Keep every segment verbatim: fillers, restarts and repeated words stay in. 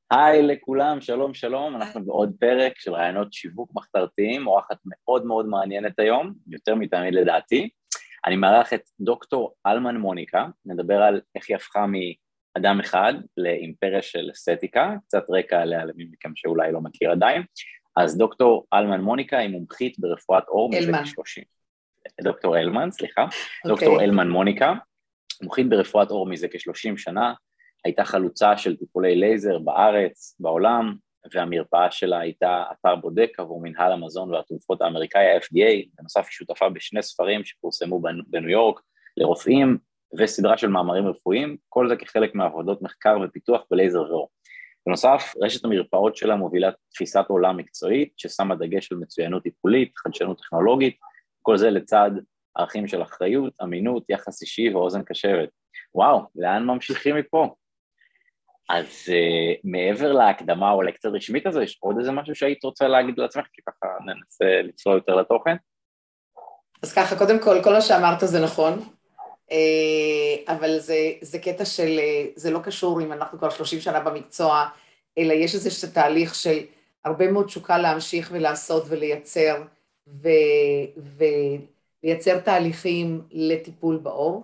היי לכולם, שלום שלום, אנחנו בעוד פרק של רעיונות שיווק מחתרתיים, אורחת מאוד מאוד מעניינת היום, יותר מתמיד לדעתי. אני מארח את דוקטור אלמן מוניקה, נדבר על איך היא הפכה מאדם אחד לאימפריה של אסתטיקה, קצת רקע עליה למי מכם שאולי לא מכיר עדיין. אז דוקטור אלמן מוניקה היא מומחית ברפואת עור מזה כשלושים. דוקטור אלמן, סליחה. Okay. דוקטור אלמן מוניקה, מומחית ברפואת עור מזה כשלושים שנה, הייתה חלוצה של טיפולי לייזר בארץ, בעולם, והמרפאה שלה הייתה אתר בודק עבור מנהל המזון והתרופות האמריקאי, ה-אף די איי, בנוסף היא שותפה בשני ספרים שפורסמו בניו יורק לרופאים, וסדרה של מאמרים רפואיים, כל זה כחלק מעבודות מחקר ופיתוח בלייזר ועור. בנוסף, רשת המרפאות שלה מובילה תפיסת עולם מקצועית, ששמה דגש על מצוינות טיפולית, חדשנות טכנולוגית, כל זה לצד ערכים של אחריות, אמינות, יחס אישי ואוזן קשבת. וואו, לאן ממשיכים מפה? אז uh, מעבר להקדמה או לקצת רשמית הזו, יש עוד איזה משהו שהיית רוצה להגיד לעצמך, כי ככה ננסה לצלול יותר לתוכן? אז ככה, קודם כל, כל מה שאמרת זה נכון, אבל זה, זה קטע של, זה לא קשור אם אנחנו כבר שלושים שנה במקצוע, אלא יש איזה תהליך של הרבה מאוד תשוקה להמשיך ולעשות ולייצר, ו, ולייצר תהליכים לטיפול בעור,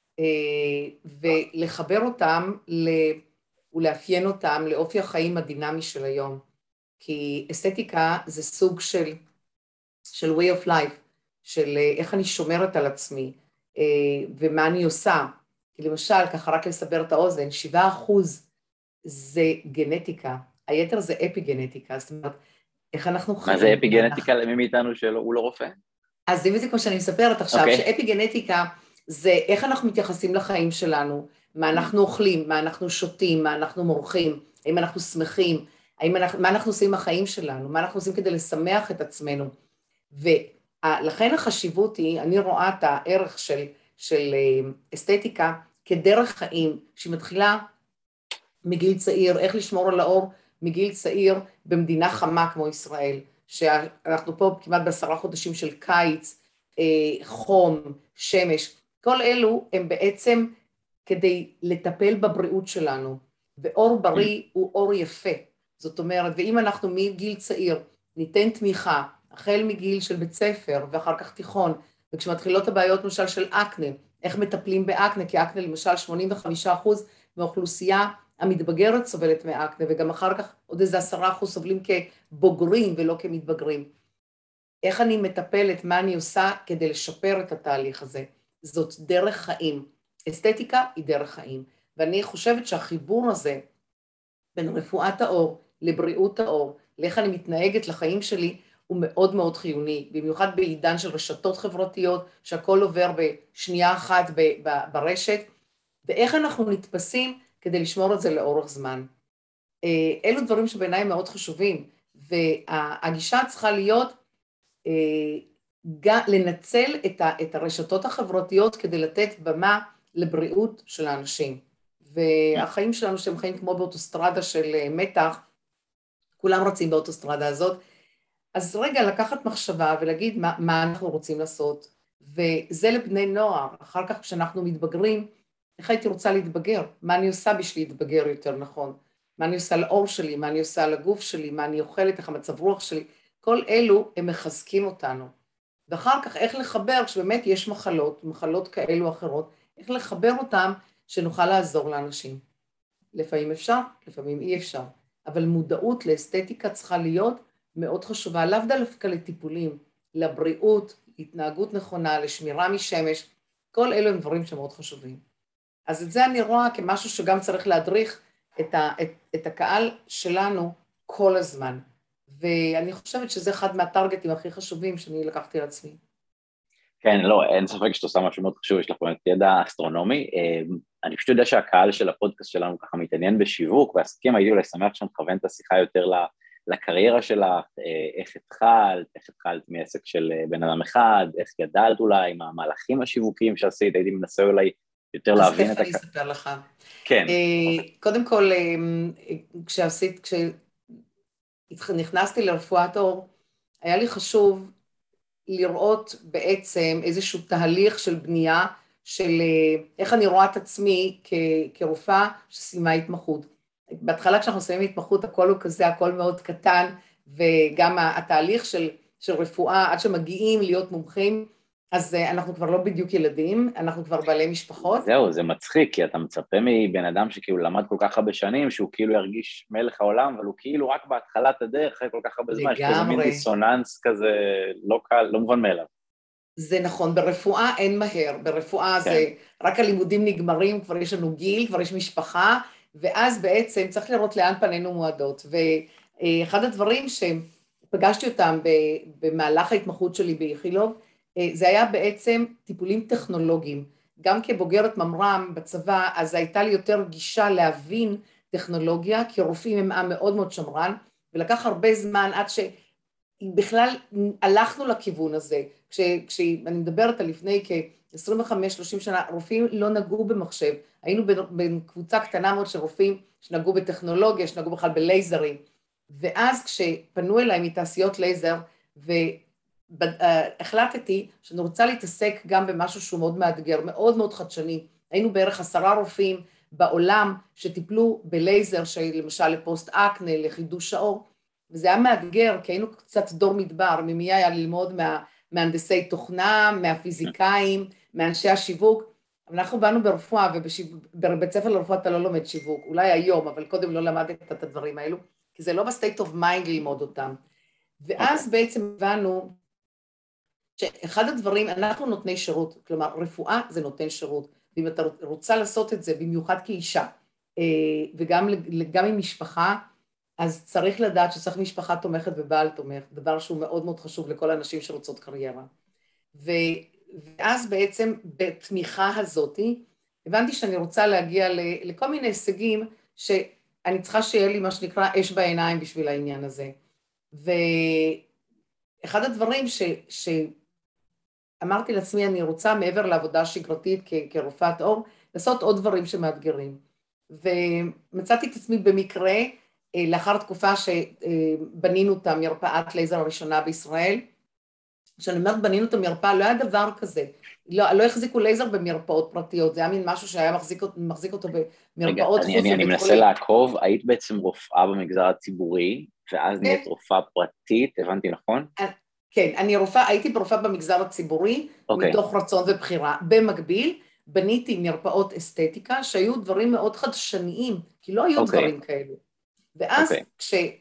ולחבר אותם ל... ולאפיין אותם לאופי החיים הדינמי של היום. כי אסתטיקה זה סוג של, של way of life, של איך אני שומרת על עצמי, ומה אני עושה. כי למשל, ככה רק לסבר את האוזן, שבעה אחוז זה גנטיקה, היתר זה אפי-גנטיקה, זאת אומרת, איך אנחנו חיים. מה זה אפי-גנטיקה למי מאיתנו שהוא לא רופא? אז זה בדיוק כמו שאני מספרת עכשיו, okay. שאפי-גנטיקה זה איך אנחנו מתייחסים לחיים שלנו, מה אנחנו אוכלים, מה אנחנו שותים, מה אנחנו מורחים, האם אנחנו שמחים, האם אנחנו, מה אנחנו עושים עם החיים שלנו, מה אנחנו עושים כדי לשמח את עצמנו. ולכן החשיבות היא, אני רואה את הערך של, של אסתטיקה כדרך חיים, שמתחילה מגיל צעיר, איך לשמור על האור מגיל צעיר במדינה חמה כמו ישראל, שאנחנו פה כמעט בעשרה חודשים של קיץ, חום, שמש, כל אלו הם בעצם כדי לטפל בבריאות שלנו, ואור בריא הוא אור יפה, זאת אומרת, ואם אנחנו מגיל צעיר ניתן תמיכה, החל מגיל של בית ספר ואחר כך תיכון, וכשמתחילות הבעיות למשל של אקנה, איך מטפלים באקנה, כי אקנה למשל שמונים וחמישה אחוז מהאוכלוסייה המתבגרת סובלת מאקנה, וגם אחר כך עוד איזה עשרה אחוז סובלים כבוגרים ולא כמתבגרים. איך אני מטפלת, מה אני עושה כדי לשפר את התהליך הזה? זאת דרך חיים. אסתטיקה היא דרך חיים, ואני חושבת שהחיבור הזה בין רפואת העור לבריאות העור, לאיך אני מתנהגת לחיים שלי, הוא מאוד מאוד חיוני, במיוחד בעידן של רשתות חברתיות, שהכל עובר בשנייה אחת ברשת, ואיך אנחנו נתפסים כדי לשמור את זה לאורך זמן. אלו דברים שבעיניי מאוד חשובים, והגישה צריכה להיות לנצל את הרשתות החברתיות כדי לתת במה לבריאות של האנשים. והחיים שלנו שהם חיים כמו באוטוסטרדה של מתח, כולם רצים באוטוסטרדה הזאת, אז רגע לקחת מחשבה ולהגיד מה, מה אנחנו רוצים לעשות, וזה לבני נוער, אחר כך כשאנחנו מתבגרים, איך הייתי רוצה להתבגר? מה אני עושה בשביל להתבגר יותר נכון? מה אני עושה לאור שלי? מה אני עושה לגוף שלי? מה אני אוכלת? איך המצב רוח שלי? כל אלו הם מחזקים אותנו. ואחר כך איך לחבר, כשבאמת יש מחלות, מחלות כאלו אחרות, איך לחבר אותם שנוכל לעזור לאנשים. לפעמים אפשר, לפעמים אי אפשר, אבל מודעות לאסתטיקה צריכה להיות מאוד חשובה, לאו דווקא לטיפולים, לבריאות, להתנהגות נכונה, לשמירה משמש, כל אלו הם דברים שמאוד חשובים. אז את זה אני רואה כמשהו שגם צריך להדריך את, ה, את, את הקהל שלנו כל הזמן. ואני חושבת שזה אחד מהטרגטים הכי חשובים שאני לקחתי על עצמי. כן, לא, אין ספק שאתה עושה משהו מאוד חשוב, יש לך באמת ידע אסטרונומי. אני פשוט יודע שהקהל של הפודקאסט שלנו ככה מתעניין בשיווק, והעסקים הייתי אולי שמח שאני מכוון את השיחה יותר לקריירה שלך, איך התחלת, איך התחלת מעסק של בן אדם אחד, איך גדלת אולי, מה המהלכים השיווקיים שעשית, הייתי מנסה אולי יותר להבין את הקהל. אז תכף אני אספר לך. כן. קודם כל, כשעשית, כשנכנסתי לרפואת עור, היה לי חשוב לראות בעצם איזשהו תהליך של בנייה, של איך אני רואה את עצמי כרופאה שסיימה התמחות. בהתחלה כשאנחנו שמים התמחות, הכל הוא כזה, הכל מאוד קטן, וגם התהליך של, של רפואה, עד שמגיעים להיות מומחים, אז אנחנו כבר לא בדיוק ילדים, אנחנו כבר בעלי משפחות. זהו, זה מצחיק, כי אתה מצפה מבן אדם שכאילו למד כל כך הרבה שנים, שהוא כאילו ירגיש מלך העולם, אבל הוא כאילו רק בהתחלת הדרך, אחרי כל כך הרבה זמן, יש כזה מין דיסוננס כזה, לא קל, לא מובן מאליו. זה נכון, ברפואה אין מהר, ברפואה זה רק הלימודים נגמרים, כבר יש לנו גיל, כבר יש משפחה, ואז בעצם צריך לראות לאן פנינו מועדות. ואחד הדברים שפגשתי אותם במהלך ההתמחות שלי באיכילוב, זה היה בעצם טיפולים טכנולוגיים. גם כבוגרת ממר"ם בצבא, אז הייתה לי יותר גישה להבין טכנולוגיה, כי רופאים הם עם מאוד מאוד שמרן, ולקח הרבה זמן עד שבכלל הלכנו לכיוון הזה. כש, כשאני מדברת על לפני כ-עשרים וחמש שלושים שנה, רופאים לא נגעו במחשב. היינו בין קבוצה קטנה מאוד של רופאים שנגעו בטכנולוגיה, שנגעו בכלל בלייזרים. ואז כשפנו אליי מתעשיות לייזר, והחלטתי שאני רוצה להתעסק גם במשהו שהוא מאוד מאתגר, מאוד מאוד חדשני. היינו בערך עשרה רופאים בעולם שטיפלו בלייזר, למשל לפוסט אקנה, לחידוש האור, וזה היה מאתגר, כי היינו קצת דור מדבר, ממי היה ללמוד מה... מהנדסי תוכנה, מהפיזיקאים, מאנשי השיווק, אבל אנחנו באנו ברפואה, ובבית ספר לרפואה אתה לא לומד שיווק, אולי היום, אבל קודם לא למדת את הדברים האלו, כי זה לא בסטייט אוף מיינד ללמוד אותם. ואז okay. בעצם הבנו שאחד הדברים, אנחנו נותני שירות, כלומר, רפואה זה נותן שירות, ואם אתה רוצה לעשות את זה, במיוחד כאישה, וגם גם עם משפחה, אז צריך לדעת שצריך משפחה תומכת ובעל תומך, דבר שהוא מאוד מאוד חשוב לכל האנשים שרוצות קריירה. ואז בעצם בתמיכה הזאת, הבנתי שאני רוצה להגיע לכל מיני הישגים, שאני צריכה שיהיה לי מה שנקרא אש בעיניים בשביל העניין הזה. ואחד הדברים ש... שאמרתי לעצמי, אני רוצה מעבר לעבודה השגרתית כרופאת עור, לעשות עוד דברים שמאתגרים. ומצאתי את עצמי במקרה, לאחר תקופה שבנינו את המרפאת לייזר הראשונה בישראל, כשאני אומרת בנינו את המרפאה, לא היה דבר כזה, לא, לא החזיקו לייזר במרפאות פרטיות, זה היה מין משהו שהיה מחזיק, מחזיק אותו במרפאות חוץ. רגע, אני, אני מנסה לעקוב, היית בעצם רופאה במגזר הציבורי, ואז כן. נהיית רופאה פרטית, הבנתי נכון? כן, אני רופאה, הייתי ברופאה במגזר הציבורי, okay. מתוך רצון ובחירה. במקביל, בניתי מרפאות אסתטיקה, שהיו דברים מאוד חדשניים, כי לא היו okay. דברים כאלו. ואז okay.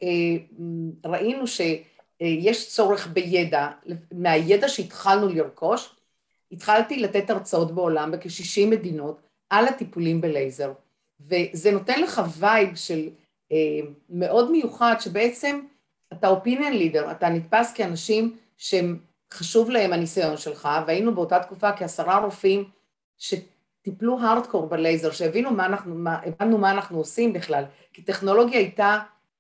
כשראינו שיש צורך בידע, מהידע שהתחלנו לרכוש, התחלתי לתת הרצאות בעולם בכ-שישים מדינות על הטיפולים בלייזר, וזה נותן לך וייב של מאוד מיוחד, שבעצם אתה אופיניון לידר, אתה נתפס כאנשים שהם חשוב להם הניסיון שלך, והיינו באותה תקופה כעשרה רופאים שטיפלו הארדקור בלייזר, שהבינו מה אנחנו, מה, הבנו מה אנחנו עושים בכלל, כי טכנולוגיה הייתה,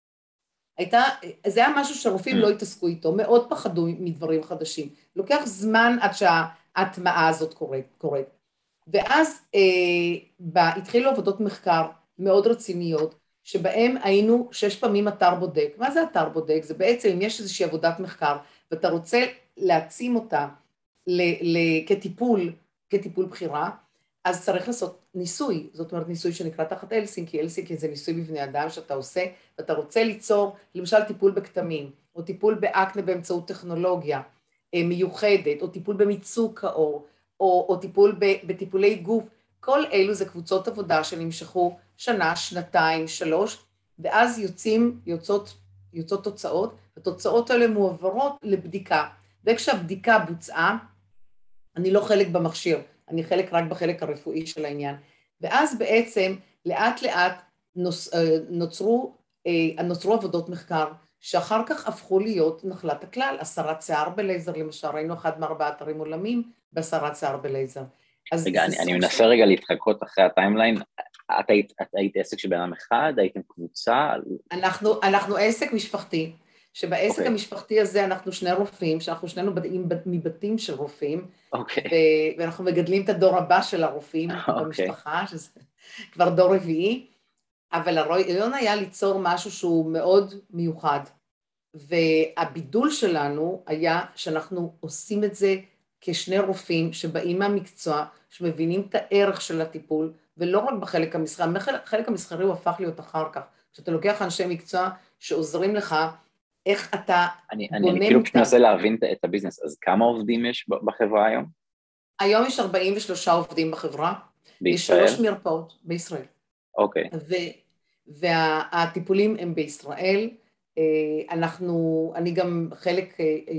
הייתה, זה היה משהו שרופאים לא התעסקו איתו, מאוד פחדו מדברים חדשים, לוקח זמן עד שההטמעה הזאת קורית, קורית. ואז אה, התחילו עבודות מחקר מאוד רציניות, שבהם היינו שש פעמים אתר בודק. מה זה אתר בודק? זה בעצם אם יש איזושהי עבודת מחקר, ואתה רוצה להעצים אותה ל- ל- כטיפול, כטיפול בחירה, אז צריך לעשות ניסוי, זאת אומרת ניסוי שנקרא תחת אלסינקי, אלסינקי זה ניסוי בבני אדם שאתה עושה, ואתה רוצה ליצור למשל טיפול בכתמים, או טיפול באקנה באמצעות טכנולוגיה מיוחדת, או טיפול במיצוק האור, או, או טיפול בטיפולי גוף, כל אלו זה קבוצות עבודה שנמשכו שנה, שנתיים, שלוש, ואז יוצאים, יוצאות, יוצאות תוצאות, התוצאות האלה מועברות לבדיקה, וכשהבדיקה בוצעה, אני לא חלק במכשיר, אני חלק רק בחלק הרפואי של העניין, ואז בעצם לאט לאט נוצ, נוצרו, נוצרו עבודות מחקר, שאחר כך הפכו להיות נחלת הכלל, הסרת שיער בלייזר, למשל, ראינו אחד מארבעה אתרים עולמים, בהסרת שיער בלייזר. רגע, אני, אני מנסה רגע להתחקות אחרי הטיימליין, את היית, את היית עסק של בן אדם אחד, הייתם קבוצה? אנחנו, אנחנו עסק משפחתי, שבעסק okay. המשפחתי הזה אנחנו שני רופאים, שאנחנו שנינו באים מבתים של רופאים, okay. ו- ואנחנו מגדלים את הדור הבא של הרופאים okay. במשפחה, שזה כבר דור רביעי, אבל הרעיון היה ליצור משהו שהוא מאוד מיוחד, והבידול שלנו היה שאנחנו עושים את זה כשני רופאים שבאים מהמקצוע, שמבינים את הערך של הטיפול, ולא רק בחלק המסחרי, החלק המסחרי הוא הפך להיות אחר כך, כשאתה לוקח אנשי מקצוע שעוזרים לך, איך אתה אני, בונה... אני, אני כאילו פשוט מנסה להבין את הביזנס, אז כמה עובדים יש בחברה היום? היום יש ארבעים ושלושה עובדים בחברה, בישראל? יש שלוש מרפאות בישראל. אוקיי. והטיפולים הם בישראל, אנחנו, אני גם חלק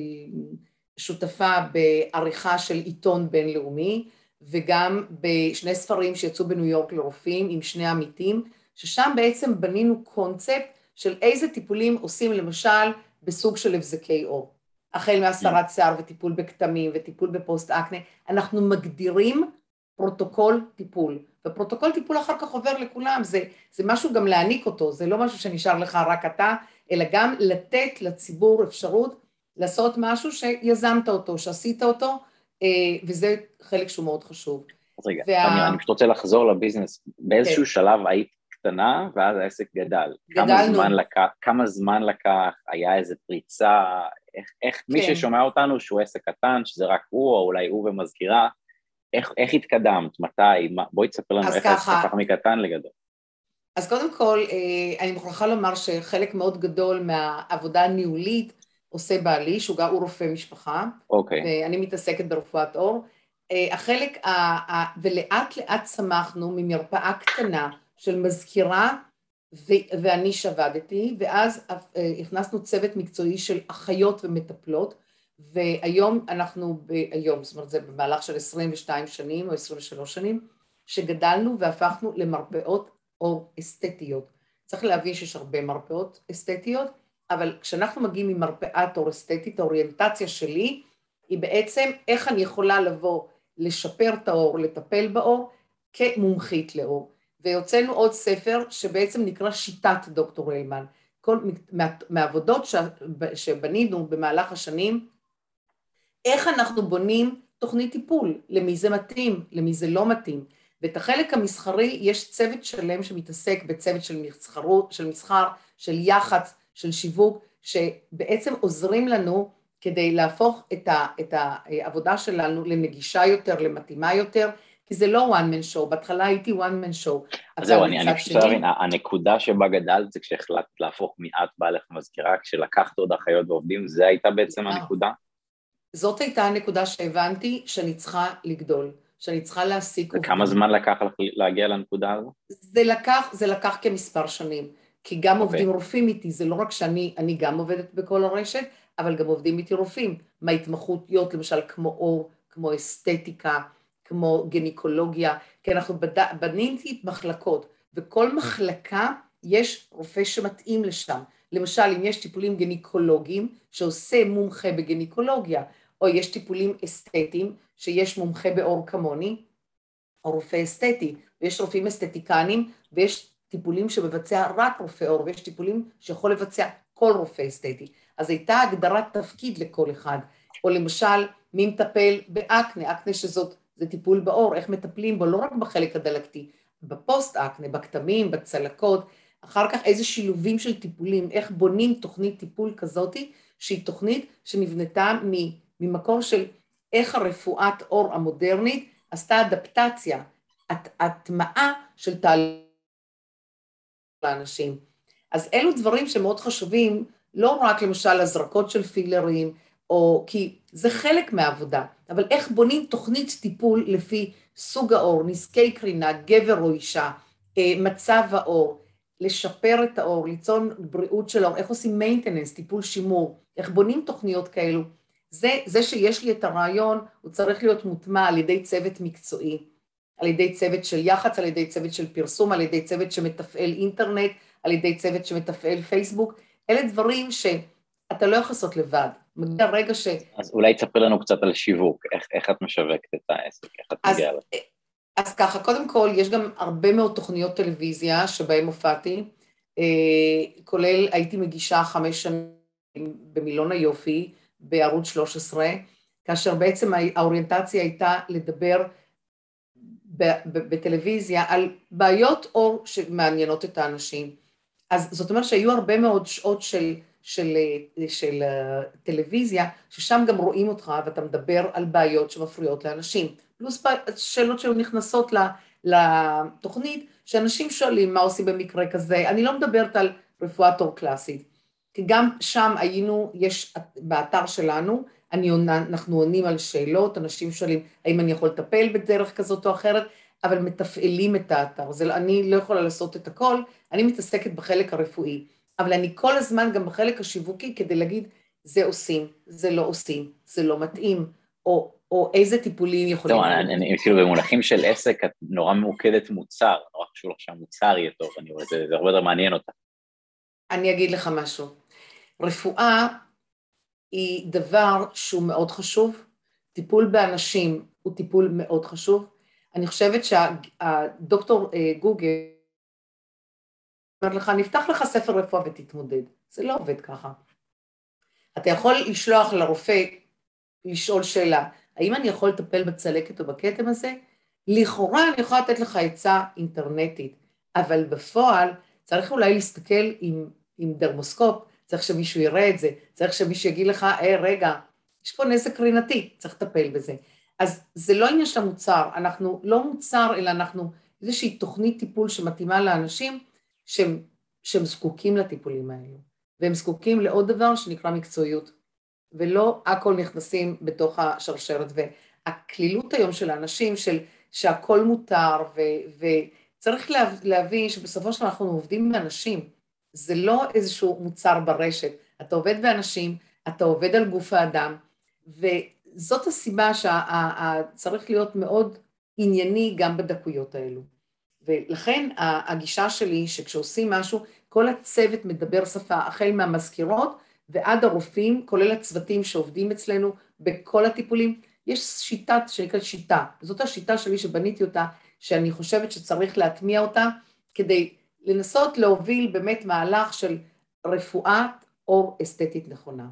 שותפה בעריכה של עיתון בינלאומי, וגם בשני ספרים שיצאו בניו יורק לרופאים עם שני עמיתים, ששם בעצם בנינו קונספט של איזה טיפולים עושים למשל בסוג של הבזקי עור. החל מהסרת שיער וטיפול בכתמים וטיפול בפוסט אקנה, אנחנו מגדירים פרוטוקול טיפול, ופרוטוקול טיפול אחר כך עובר לכולם, זה, זה משהו גם להעניק אותו, זה לא משהו שנשאר לך רק אתה, אלא גם לתת לציבור אפשרות לעשות משהו שיזמת אותו, שעשית אותו, וזה חלק שהוא מאוד חשוב. אז רגע, וה... אני, אני פשוט רוצה לחזור לביזנס, באיזשהו כן. שלב היית קטנה, ואז העסק גדל. גדלנו. כמה זמן לקח, כמה זמן לקח, היה איזה פריצה, איך, איך כן. מי ששומע אותנו שהוא עסק קטן, שזה רק הוא, או אולי הוא ומזכירה, איך, איך התקדמת, מתי, מה, בואי תספר לנו איך העסק הפך מקטן לגדול. אז קודם כל, אני מוכרחה לומר שחלק מאוד גדול מהעבודה הניהולית עושה בעלי, שהוא גם רופא משפחה, אוקיי. ואני מתעסקת ברפואת עור. החלק, ולאט לאט צמחנו ממרפאה קטנה של מזכירה, ואני שעבדתי, ואז הכנסנו צוות מקצועי של אחיות ומטפלות, והיום אנחנו, היום, זאת אומרת זה במהלך של עשרים ושתיים שנים או עשרים ושלוש שנים, שגדלנו והפכנו למרפאות עור אסתטיות. צריך להבין שיש הרבה מרפאות אסתטיות, אבל כשאנחנו מגיעים ממרפאת עור אסתטית, האוריינטציה שלי היא בעצם איך אני יכולה לבוא לשפר את העור, לטפל בעור, כמומחית לעור. ויוצאנו עוד ספר שבעצם נקרא שיטת דוקטור הלמן. כל מה, מהעבודות שבנינו במהלך השנים, איך אנחנו בונים תוכנית טיפול, למי זה מתאים, למי זה לא מתאים. ואת החלק המסחרי יש צוות שלם שמתעסק בצוות של מסחרות, של מסחר, של יח"צ, של שיווק, שבעצם עוזרים לנו כדי להפוך את, ה, את העבודה שלנו לנגישה יותר, למתאימה יותר, כי זה לא one man show, בהתחלה הייתי one man show. אז זהו, אני, אני פשוט להבין, הנקודה שבה גדלת זה כשהחלטת להפוך מעט בעלך מזכירה, כשלקחת עוד אחיות ועובדים, זה הייתה בעצם הנקודה? זאת הייתה הנקודה שהבנתי שאני צריכה לגדול, שאני צריכה להסיק עובדים. וכמה זמן לקח להגיע לנקודה הזו? זה לקח, זה לקח כמספר שנים, כי גם okay. עובדים רופאים איתי, זה לא רק שאני, אני גם עובדת בכל הרשת, אבל גם עובדים איתי רופאים, מההתמחותיות, למשל כמו אור, כמו אסתטיקה, כמו גניקולוגיה, כי אנחנו בניתי מחלקות, וכל מחלקה יש רופא שמתאים לשם. למשל, אם יש טיפולים גניקולוגיים, שעושה מומחה בגניקולוגיה, או יש טיפולים אסתטיים, שיש מומחה באור כמוני, או רופא אסתטי, ויש רופאים אסתטיקנים, ויש טיפולים שמבצע רק רופא אור, ויש טיפולים שיכול לבצע כל רופא אסתטי. אז הייתה הגדרת תפקיד לכל אחד, או למשל, מי מטפל באקנה, אקנה שזאת, זה טיפול באור, איך מטפלים בו, לא רק בחלק הדלקתי, בפוסט אקנה, בכתמים, בצלקות, אחר כך איזה שילובים של טיפולים, איך בונים תוכנית טיפול כזאת, שהיא תוכנית שנבנתה ממקור של איך הרפואת אור המודרנית, עשתה אדפטציה, הטמעה של תהליך לאנשים. אז אלו דברים שמאוד חשובים, לא רק למשל הזרקות של פילרים, או כי זה חלק מהעבודה, אבל איך בונים תוכנית טיפול לפי סוג האור, נזקי קרינה, גבר או אישה, מצב האור, לשפר את האור, ליצור בריאות של האור, איך עושים maintenance, טיפול שימור, איך בונים תוכניות כאלו. זה, זה שיש לי את הרעיון, הוא צריך להיות מוטמע על ידי צוות מקצועי, על ידי צוות של יח"צ, על ידי צוות של פרסום, על ידי צוות שמתפעל אינטרנט, על ידי צוות שמתפעל פייסבוק. אלה דברים שאתה לא יכול לעשות לבד. מגיע רגע ש... אז אולי תספר לנו קצת על שיווק, איך, איך את משווקת את העסק, איך את אז, מגיעה לזה? אז ככה, קודם כל, יש גם הרבה מאוד תוכניות טלוויזיה שבהן הופעתי, כולל הייתי מגישה חמש שנים במילון היופי, בערוץ שלוש עשרה, כאשר בעצם האוריינטציה הייתה לדבר בטלוויזיה על בעיות אור שמעניינות את האנשים. אז זאת אומרת שהיו הרבה מאוד שעות של, של, של, של טלוויזיה, ששם גם רואים אותך ואתה מדבר על בעיות שמפריעות לאנשים. פלוס שאלות שהיו נכנסות לתוכנית, שאנשים שואלים מה עושים במקרה כזה, אני לא מדברת על רפואת עור קלאסית, כי גם שם היינו, יש באתר שלנו, אני עונה, אנחנו עונים על שאלות, אנשים שואלים האם אני יכול לטפל בדרך כזאת או אחרת, אבל מתפעלים את האתר, זה, אני לא יכולה לעשות את הכל, אני מתעסקת בחלק הרפואי, אבל אני כל הזמן גם בחלק השיווקי כדי להגיד, זה עושים, זה לא עושים, זה לא מתאים, או, או איזה טיפולים יכולים טוב, להיות. אני, אני, כאילו במונחים של עסק, את נורא ממוקדת מוצר, נורא חשוב לך שהמוצר יהיה טוב, אני רואה, זה, זה הרבה יותר מעניין אותה. אני אגיד לך משהו, רפואה היא דבר שהוא מאוד חשוב, טיפול באנשים הוא טיפול מאוד חשוב, אני חושבת שהדוקטור גוגל אומרת לך, נפתח לך ספר רפואה ותתמודד, זה לא עובד ככה. אתה יכול לשלוח לרופא, לשאול שאלה, האם אני יכול לטפל בצלקת או בכתם הזה? לכאורה אני יכולה לתת לך עצה אינטרנטית, אבל בפועל צריך אולי להסתכל עם, עם דרמוסקופ, צריך שמישהו יראה את זה, צריך שמישהו יגיד לך, אה רגע, יש פה נזק קרינתי, צריך לטפל בזה. אז זה לא עניין של המוצר, אנחנו לא מוצר, אלא אנחנו איזושהי תוכנית טיפול שמתאימה לאנשים שהם, שהם זקוקים לטיפולים האלו, והם זקוקים לעוד דבר שנקרא מקצועיות. ולא הכל נכנסים בתוך השרשרת, והכלילות היום של האנשים, של שהכל מותר, ו, וצריך לה, להבין שבסופו של דבר אנחנו עובדים באנשים, זה לא איזשהו מוצר ברשת, אתה עובד באנשים, אתה עובד על גוף האדם, וזאת הסיבה שצריך להיות מאוד ענייני גם בדקויות האלו. ולכן הגישה שלי שכשעושים משהו, כל הצוות מדבר שפה, החל מהמזכירות, ועד הרופאים, כולל הצוותים שעובדים אצלנו בכל הטיפולים, יש שיטה שנקראת שיטה, וזאת השיטה שלי שבניתי אותה, שאני חושבת שצריך להטמיע אותה, כדי לנסות להוביל באמת מהלך של רפואת עור אסתטית נכונה.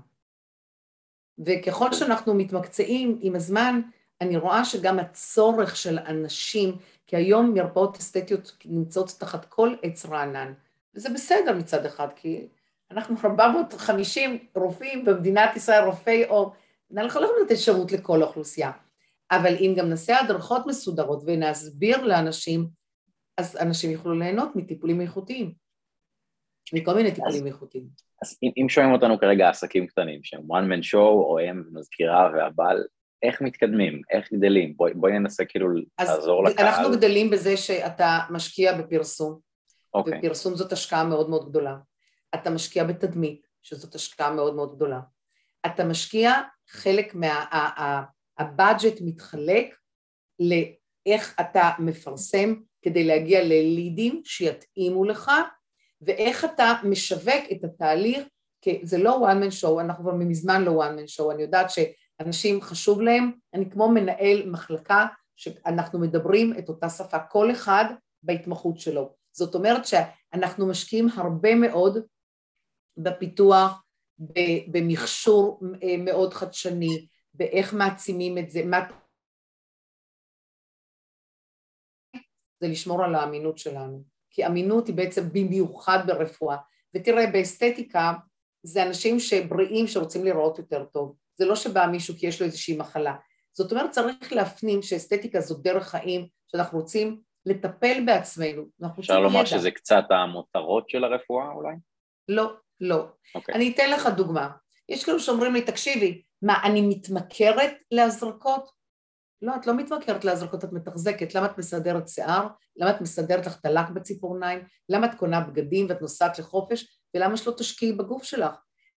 וככל שאנחנו מתמקצעים עם הזמן, אני רואה שגם הצורך של אנשים, כי היום מרפאות אסתטיות נמצאות תחת כל עץ רענן, וזה בסדר מצד אחד, כי אנחנו ארבע מאות וחמישים רופאים במדינת ישראל, רופאי עור, אנחנו לא יכולים לתת שירות לכל האוכלוסייה, אבל אם גם נעשה הדרכות מסודרות ונסביר לאנשים, אז אנשים יוכלו ליהנות מטיפולים איכותיים, מכל מיני טיפולים איכותיים. אז אם, אם שומעים אותנו כרגע עסקים קטנים, שהם one man show או הם מזכירה והבעל, איך מתקדמים? איך גדלים? בואי, בואי ננסה כאילו לעזור לקהל. אז אנחנו גדלים בזה שאתה משקיע בפרסום, אוקיי. ופרסום זאת השקעה מאוד מאוד גדולה. אתה משקיע בתדמית, שזאת השקעה מאוד מאוד גדולה. אתה משקיע חלק מה... הבאג'ט מתחלק לאיך אתה מפרסם כדי להגיע ללידים שיתאימו לך, ואיך אתה משווק את התהליך, כי זה לא one man show, אנחנו כבר מזמן לא one man show, אני יודעת שאנשים חשוב להם, אני כמו מנהל מחלקה, שאנחנו מדברים את אותה שפה, כל אחד בהתמחות שלו. זאת אומרת שאנחנו משקיעים הרבה מאוד בפיתוח, במכשור מאוד חדשני, באיך מעצימים את זה, מה... זה לשמור על האמינות שלנו, כי אמינות היא בעצם במיוחד ברפואה, ותראה באסתטיקה זה אנשים שבריאים שרוצים לראות יותר טוב, זה לא שבא מישהו כי יש לו איזושהי מחלה, זאת אומרת צריך להפנים שאסתטיקה זו דרך חיים, שאנחנו רוצים לטפל בעצמנו, אפשר לומר שזה קצת המותרות של הרפואה אולי? לא, לא. Okay. אני אתן לך דוגמה. יש כאלה שאומרים לי, תקשיבי, מה, אני מתמכרת להזרקות? לא, את לא מתמכרת להזרקות, את מתחזקת. למה את מסדרת שיער? למה את מסדרת לך תלק בציפורניים? למה את קונה בגדים ואת נוסעת לחופש? ולמה שלא תשקיעי בגוף שלך?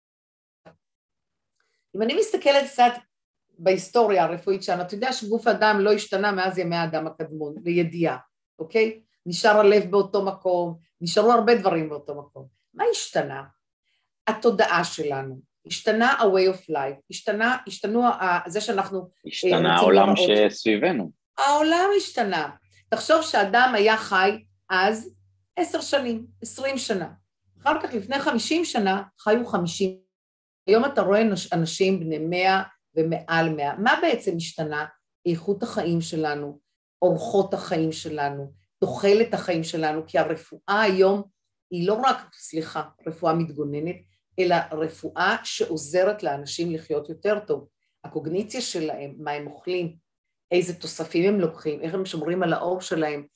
אם אני מסתכלת קצת בהיסטוריה הרפואית שלנו, אתה יודע שגוף האדם לא השתנה מאז ימי האדם הקדמון, לידיעה, אוקיי? נשאר הלב באותו מקום, נשארו הרבה דברים באותו מקום. מה השתנה? התודעה שלנו, השתנה ה-way of life, השתנה, השתנו זה שאנחנו... השתנה העולם שסביבנו. העולם השתנה. תחשוב שאדם היה חי אז עשר שנים, עשרים שנה. אחר כך לפני חמישים שנה חיו חמישים. היום אתה רואה אנשים בני מאה ומעל מאה. מה בעצם השתנה? איכות החיים שלנו, אורחות החיים שלנו, תוחלת החיים שלנו, כי הרפואה היום היא לא רק, סליחה, רפואה מתגוננת, אלא רפואה שעוזרת לאנשים לחיות יותר טוב. הקוגניציה שלהם, מה הם אוכלים, איזה תוספים הם לוקחים, איך הם שומרים על האור שלהם,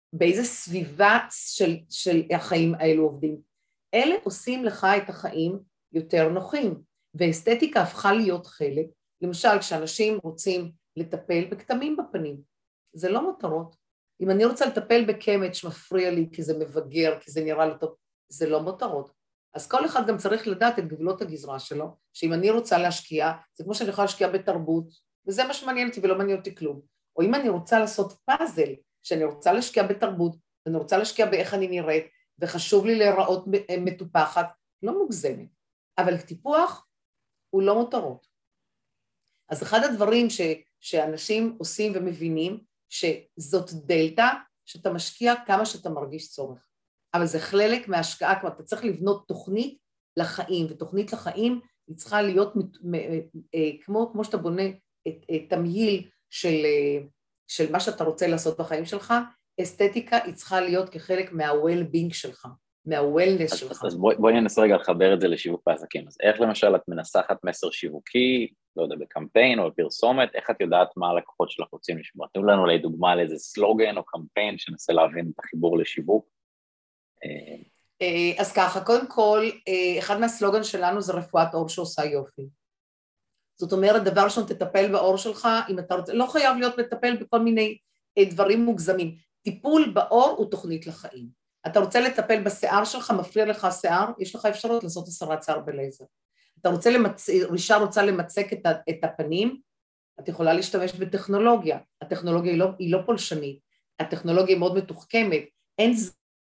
באיזה סביבה של, של החיים האלו עובדים. אלה עושים לך את החיים יותר נוחים, ואסתטיקה הפכה להיות חלק, למשל כשאנשים רוצים לטפל בכתמים בפנים, זה לא מותרות. אם אני רוצה לטפל בקמט שמפריע לי כי זה מבגר, כי זה נראה לא טוב, זה לא מותרות. אז כל אחד גם צריך לדעת את גבולות הגזרה שלו, שאם אני רוצה להשקיע, זה כמו שאני יכולה להשקיע בתרבות, וזה מה שמעניין אותי ולא מעניין אותי כלום. או אם אני רוצה לעשות פאזל, שאני רוצה להשקיע בתרבות, ואני רוצה להשקיע באיך אני נראית, וחשוב לי להיראות מטופחת, לא מוגזמת. אבל טיפוח הוא לא מותרות. אז אחד הדברים ש, שאנשים עושים ומבינים, שזאת דלטה, שאתה משקיע כמה שאתה מרגיש צורך. אבל זה חלק מההשקעה, כלומר, אתה צריך לבנות תוכנית לחיים, ותוכנית לחיים היא צריכה להיות כמו, כמו שאתה בונה את, את תמהיל של, של מה שאתה רוצה לעשות בחיים שלך, אסתטיקה היא צריכה להיות כחלק מה-well-being שלך, מה-wellness אז, שלך. אז בואי, בואי ננסה רגע לחבר את זה לשיווק בעסקים. אז איך למשל את מנסחת מסר שיווקי, לא יודע, בקמפיין או בפרסומת, איך את יודעת מה הלקוחות שלך רוצים לשמוע? תנו לנו לדוגמה על איזה סלוגן או קמפיין שננסה להבין את החיבור לשיווק. אז ככה, קודם כל, אחד מהסלוגן שלנו זה רפואת אור שעושה יופי. זאת אומרת, דבר ראשון, תטפל באור שלך, אם אתה רוצה, לא חייב להיות לטפל בכל מיני דברים מוגזמים. טיפול באור הוא תוכנית לחיים. אתה רוצה לטפל בשיער שלך, מפריע לך השיער, יש לך אפשרות לעשות הסרת שיער בלייזר. אתה רוצה למצ... רישה רוצה למצק את, ה... את הפנים, את יכולה להשתמש בטכנולוגיה. הטכנולוגיה היא לא, היא לא פולשנית, הטכנולוגיה היא מאוד מתוחכמת, אין ז...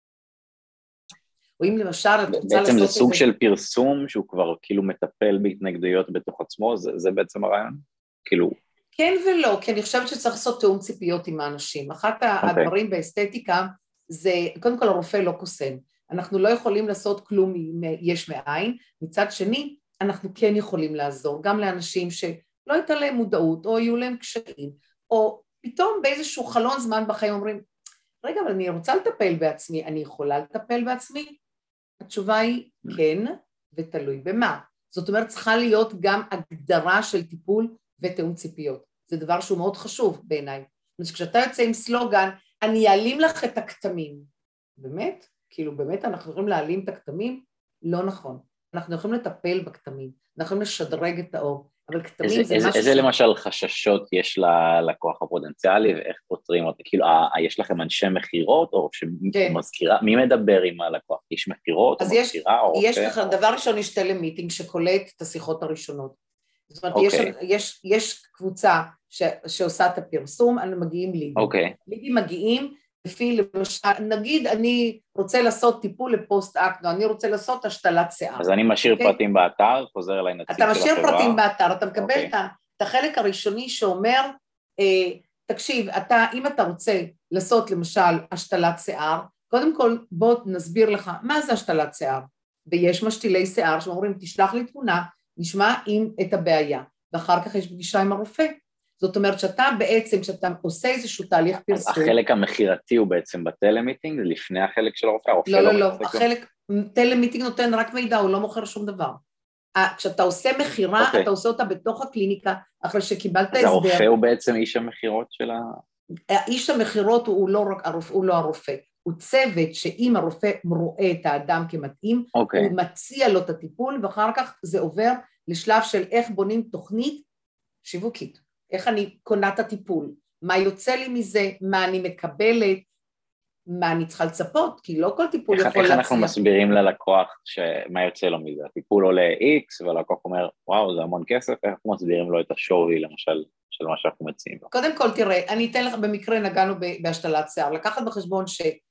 או אם למשל את רוצה לעשות... בעצם זה סוג של פרסום שהוא כבר כאילו מטפל בהתנגדויות בתוך עצמו, זה, זה בעצם הרעיון? כאילו... כן ולא, כי אני חושבת שצריך לעשות תיאום ציפיות עם האנשים. אחת okay. הדברים באסתטיקה זה, קודם כל הרופא לא קוסם. אנחנו לא יכולים לעשות כלום יש מאין, מצד שני, אנחנו כן יכולים לעזור, גם לאנשים שלא הייתה להם מודעות, או יהיו להם קשיים, או פתאום באיזשהו חלון זמן בחיים אומרים, רגע, אבל אני רוצה לטפל בעצמי, אני יכולה לטפל בעצמי? התשובה היא כן, ותלוי במה. זאת אומרת, צריכה להיות גם הגדרה של טיפול ותיאום ציפיות. זה דבר שהוא מאוד חשוב בעיניי. כשאתה יוצא עם סלוגן, אני אעלים לך את הכתמים. באמת? כאילו, באמת אנחנו יכולים להעלים את הכתמים? לא נכון. אנחנו יכולים לטפל בכתמים, אנחנו יכולים לשדרג את האור, אבל כתמים איזה, זה איזה, משהו... איזה ש... למשל חששות יש ללקוח הפוטנציאלי, ואיך פותרים אותי? כאילו, יש לכם אנשי מחירות, או שמזכירה, כן. מי מדבר עם הלקוח? איש מחירות, או מזכירה, או רופא? יש לך, או... דבר ראשון, יש טלמיטינג שקולט את השיחות הראשונות. זאת אומרת, okay. יש, יש, יש קבוצה ש, שעושה את הפרסום, אנחנו מגיעים לידים. Okay. לידים מגיעים, לפי למשל, נגיד אני רוצה לעשות טיפול לפוסט אקנו, אני רוצה לעשות השתלת שיער. אז אני משאיר okay? פרטים באתר, חוזר אליי נציג של החברה. אתה משאיר פרטים באתר, אתה מקבל okay. את, את החלק הראשוני שאומר, אה, תקשיב, אתה, אם אתה רוצה לעשות למשל השתלת שיער, קודם כל בוא נסביר לך, מה זה השתלת שיער? ויש משתילי שיער שאומרים, תשלח לי תמונה, נשמע עם את הבעיה, ואחר כך יש פגישה עם הרופא. זאת אומרת שאתה בעצם, שאתה עושה איזשהו תהליך פרסום... החלק המחירתי הוא בעצם בטלמיטינג, זה לפני החלק של הרופא? הרופא לא, לא, לא, החלק, טלמיטינג נותן רק מידע, הוא לא מוכר שום דבר. כשאתה עושה מחירה, אתה עושה אותה בתוך הקליניקה, אחרי שקיבלת הסדר. אז הרופא הוא בעצם איש המחירות של ה... איש המחירות הוא לא רק הרופא, הוא לא הרופא. הוא צוות שאם הרופא רואה את האדם כמתאים, okay. הוא מציע לו את הטיפול, ואחר כך זה עובר לשלב של איך בונים תוכנית שיווקית. איך אני קונה את הטיפול, מה יוצא לי מזה, מה אני מקבלת, מה אני צריכה לצפות, כי לא כל טיפול איך, יכול איך להציע. אנחנו מסבירים ללקוח שמה יוצא לו מזה? הטיפול עולה X, והלקוח אומר, וואו, זה המון כסף, איך אנחנו מסבירים לו את השווי, למשל, של מה שאנחנו מציעים לו? קודם כל, תראה, אני אתן לך, במקרה נגענו בהשתלת שיער, לקחת בחשבון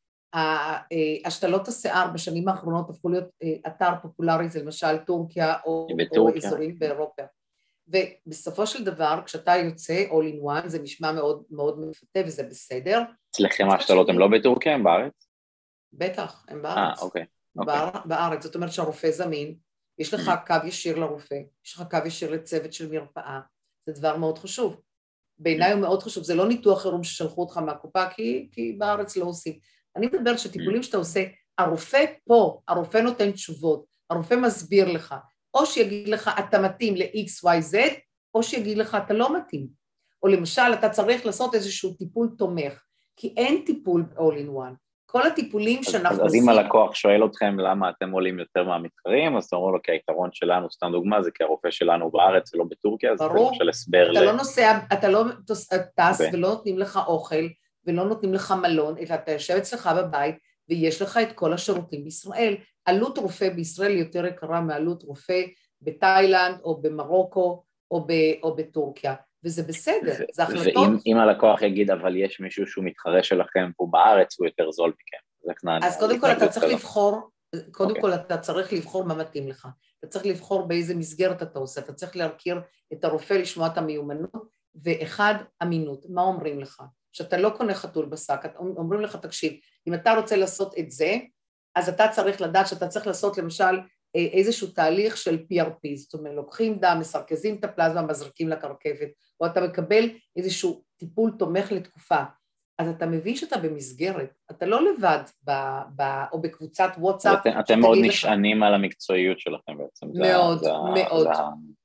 שהשתלות השיער בשנים האחרונות הפכו להיות אתר פופולרי, זה למשל טורקיה או, או אזורים באירופה. ובסופו של דבר, כשאתה יוצא all in one, זה נשמע מאוד מאוד מפתה וזה בסדר. אצלכם ההשתלות הם לא בטורקיה, הם בארץ? בטח, הם בארץ. אה, אוקיי. בארץ, זאת אומרת שהרופא זמין, יש לך קו ישיר לרופא, יש לך קו ישיר לצוות של מרפאה, זה דבר מאוד חשוב. בעיניי הוא מאוד חשוב, זה לא ניתוח חירום ששלחו אותך מהקופה, כי, כי בארץ לא עושים. אני מדברת שטיפולים שאתה עושה, הרופא פה, הרופא נותן תשובות, הרופא מסביר לך, או שיגיד לך, אתה מתאים ל-X, Y, Z, או שיגיד לך, אתה לא מתאים. או למשל, אתה צריך לעשות איזשהו טיפול תומך. כי אין טיפול all in one. כל הטיפולים שאנחנו אז, אז עושים... אם הלקוח שואל אתכם למה אתם עולים יותר מהמתחרים, אז תאמרו לו כי היתרון שלנו, סתם דוגמה, זה כי הרופא שלנו בארץ ולא בטורקיה, אז ברור, זה למשל הסבר אתה ל... לא נוסע, אתה לא טס okay. ולא נותנים לך אוכל, ולא נותנים לך מלון, אלא אתה יושב אצלך בבית, ויש לך את כל השירותים בישראל. עלות רופא בישראל יותר יקרה מעלות רופא בתאילנד, או במרוקו, או, ב, או בטורקיה. וזה בסדר, ו- זה החלטות. ואם הלקוח יגיד, אבל יש מישהו שהוא מתחרה שלכם פה בארץ, הוא יותר זול מכם. אז קודם כל אתה צריך לבחור, קודם okay. כל אתה צריך לבחור מה מתאים לך. אתה צריך לבחור באיזה מסגרת אתה עושה, אתה צריך להכיר את הרופא, לשמוע את המיומנות, ואחד, אמינות. מה אומרים לך? שאתה לא קונה חתול בשק, אומרים לך, תקשיב, אם אתה רוצה לעשות את זה, אז אתה צריך לדעת שאתה צריך לעשות למשל איזשהו תהליך של פי אר פי, זאת אומרת, לוקחים דם, מסרכזים את הפלזמה, מזרקים לקרכבת, או אתה מקבל איזשהו טיפול תומך לתקופה, אז אתה מבין שאתה במסגרת, אתה לא לבד, ב, ב, או בקבוצת וואטסאפ, אתם, אתם מאוד נשענים על המקצועיות שלכם בעצם. מאוד, זה, מאוד, זה...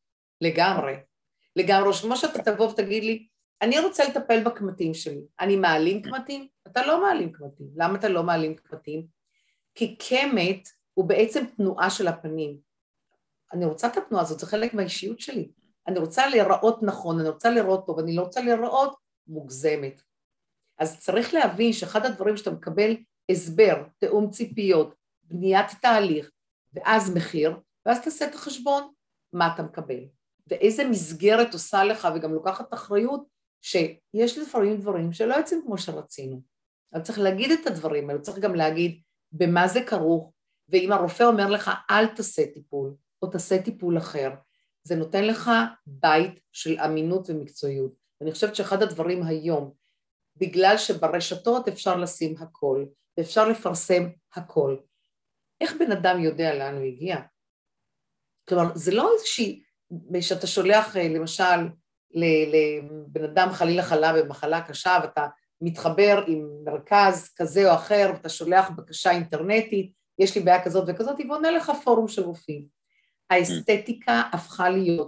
לגמרי, לגמרי, כמו שאתה תבוא ותגיד לי, אני רוצה לטפל בקמטים שלי, אני מעלים קמטים? אתה לא מעלים קמטים, למה אתה לא מעלים קמטים? כי קמת הוא בעצם תנועה של הפנים, אני רוצה את התנועה הזאת, זה חלק מהאישיות שלי, אני רוצה להיראות נכון, אני רוצה להיראות טוב, אני לא רוצה להיראות מוגזמת. אז צריך להבין שאחד הדברים שאתה מקבל הסבר, תאום ציפיות, בניית תהליך, ואז מחיר, ואז תעשה את החשבון מה אתה מקבל, ואיזה מסגרת עושה לך, וגם לוקחת אחריות, שיש לפעמים דברים שלא יוצאים כמו שרצינו. אבל צריך להגיד את הדברים האלה, צריך גם להגיד במה זה כרוך, ואם הרופא אומר לך אל תעשה טיפול, או תעשה טיפול אחר, זה נותן לך בית של אמינות ומקצועיות. ואני חושבת שאחד הדברים היום, בגלל שברשתות אפשר לשים הכל, ואפשר לפרסם הכל. איך בן אדם יודע לאן הוא הגיע? כלומר, זה לא איזושהי, שאתה שולח למשל לבן אדם חלילה חלה במחלה קשה, ואתה מתחבר עם מרכז כזה או אחר, ואתה שולח בקשה אינטרנטית, יש לי בעיה כזאת וכזאת, ועונה לך פורום של רופאים. האסתטיקה הפכה להיות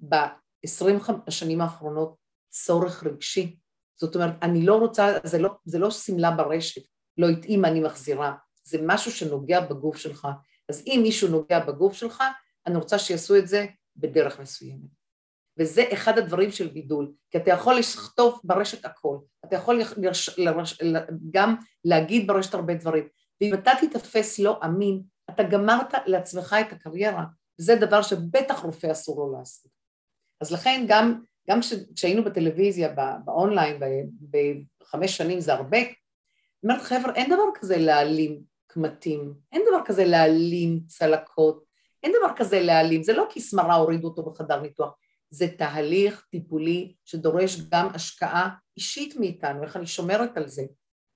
ב-עשרים השנים האחרונות צורך רגשי. זאת אומרת, אני לא רוצה, זה לא, זה לא סמלה ברשת, לא התאים אני מחזירה, זה משהו שנוגע בגוף שלך. אז אם מישהו נוגע בגוף שלך, אני רוצה שיעשו את זה בדרך מסוימת. וזה אחד הדברים של בידול, כי אתה יכול לכתוב ברשת הכל, אתה יכול לרש, לרש, גם להגיד ברשת הרבה דברים, ואם אתה תתפס לא אמין, אתה גמרת לעצמך את הקריירה, וזה דבר שבטח רופא אסור לו לעשות. אז לכן גם, גם כשהיינו בטלוויזיה, באונליין, בחמש שנים זה הרבה, אומרת חבר'ה, אין דבר כזה להעלים קמטים, אין דבר כזה להעלים צלקות, אין דבר כזה להעלים, זה לא כי סמרה הורידו אותו בחדר ניתוח, זה תהליך טיפולי שדורש גם השקעה אישית מאיתנו, איך אני שומרת על זה.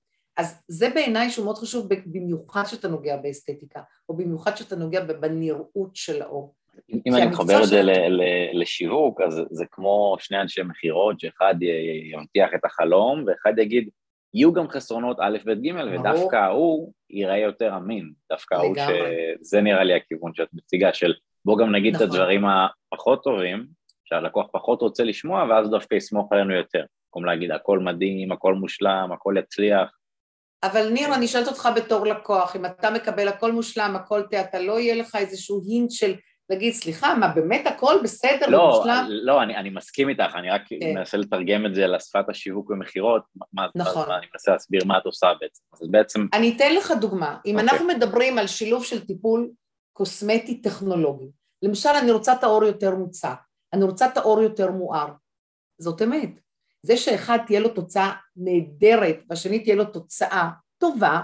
אז זה בעיניי שהוא מאוד חשוב, במיוחד שאתה נוגע באסתטיקה, או במיוחד שאתה נוגע בנראות של האור. אם אני מחבר את זה לשיווק, אז זה כמו שני אנשי מחירות, שאחד ימתיח את החלום, ואחד יגיד, יהיו גם חסרונות א' ב' ג', ודווקא הוא ייראה יותר אמין, דווקא הוא שזה נראה לי הכיוון שאת מציגה, של בוא גם נגיד את הדברים הפחות טובים, שהלקוח פחות רוצה לשמוע, ואז דווקא יסמוך עלינו יותר, במקום להגיד, הכל מדהים, הכל מושלם, הכל יצליח. אבל ניר, אני שואלת אותך בתור לקוח, אם אתה מקבל הכל מושלם, הכל תה, אתה לא יהיה לך איזשהו הינט של, להגיד, סליחה, מה באמת הכל בסדר לא, ומושלם? לא, אני, אני מסכים איתך, אני רק כן. מנסה לתרגם את זה לשפת השיווק ומחירות, מה, נכון. מה, אני מנסה להסביר מה את עושה בעצם. אז בעצם... אני אתן לך דוגמה, אם אוקיי. אנחנו מדברים על שילוב של טיפול קוסמטי טכנולוגי, למשל אני רוצה את האור יותר מוצק, אני רוצה את האור יותר מואר, זאת אמת. זה שאחד תהיה לו תוצאה נהדרת, והשני תהיה לו תוצאה טובה,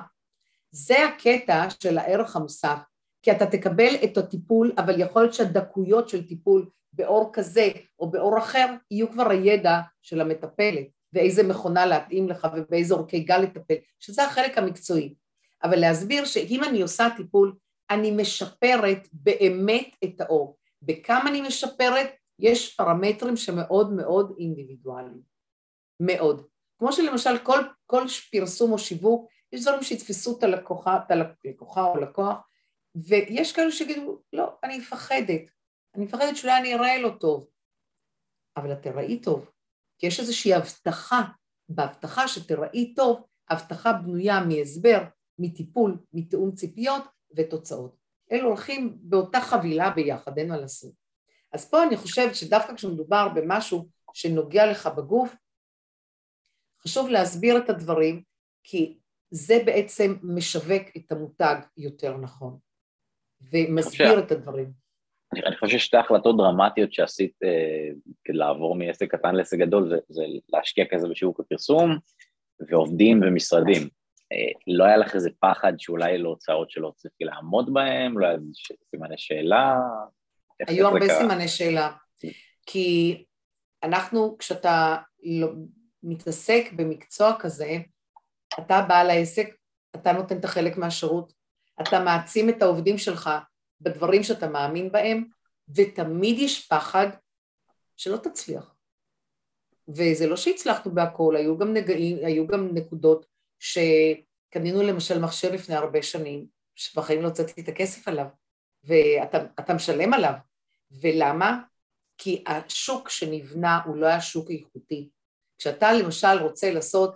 זה הקטע של הערך המוסף, כי אתה תקבל את הטיפול, אבל יכול להיות שהדקויות של טיפול באור כזה או באור אחר, יהיו כבר הידע של המטפלת, ואיזה מכונה להתאים לך ובאיזה אורכי גל לטפל, שזה החלק המקצועי. אבל להסביר שאם אני עושה טיפול, אני משפרת באמת את האור. בכמה אני משפרת, יש פרמטרים שמאוד מאוד אינדיבידואליים. מאוד. כמו שלמשל כל, כל פרסום או שיווק, יש דברים שיתפסו את הלקוחה, את הלקוחה או לקוח, ויש כאלה שיגידו, לא, אני מפחדת, אני מפחדת שאולי אני אראה לו טוב, אבל את תראי טוב, כי יש איזושהי הבטחה בהבטחה שתראי טוב, הבטחה בנויה מהסבר, מטיפול, מתאום ציפיות ותוצאות. אלו הולכים באותה חבילה ביחד, אין מה לעשות. אז פה אני חושבת שדווקא כשמדובר במשהו שנוגע לך בגוף, חשוב להסביר את הדברים, כי זה בעצם משווק את המותג יותר נכון, ומסביר את הדברים. אני, אני חושב ששתי החלטות דרמטיות שעשית אה, כדי לעבור מעסק קטן לעסק גדול, זה, זה להשקיע כזה בשיווק הפרסום, ועובדים ומשרדים. אה, לא היה לך איזה פחד שאולי לא הוצאות שלא צריכי לעמוד בהם, לא היה סימני שאלה? היו הרבה קרה? סימני שאלה, כי אנחנו, כשאתה לא, מתעסק במקצוע כזה, אתה בעל העסק, אתה נותן את החלק מהשירות, אתה מעצים את העובדים שלך בדברים שאתה מאמין בהם, ותמיד יש פחד שלא תצליח. וזה לא שהצלחנו בהכל, היו גם, נגעים, היו גם נקודות שקנינו למשל מכשיר לפני הרבה שנים, שבחיים לא הוצאתי את הכסף עליו, ואתה משלם עליו. ולמה? כי השוק שנבנה הוא לא היה שוק איכותי. כשאתה למשל רוצה לעשות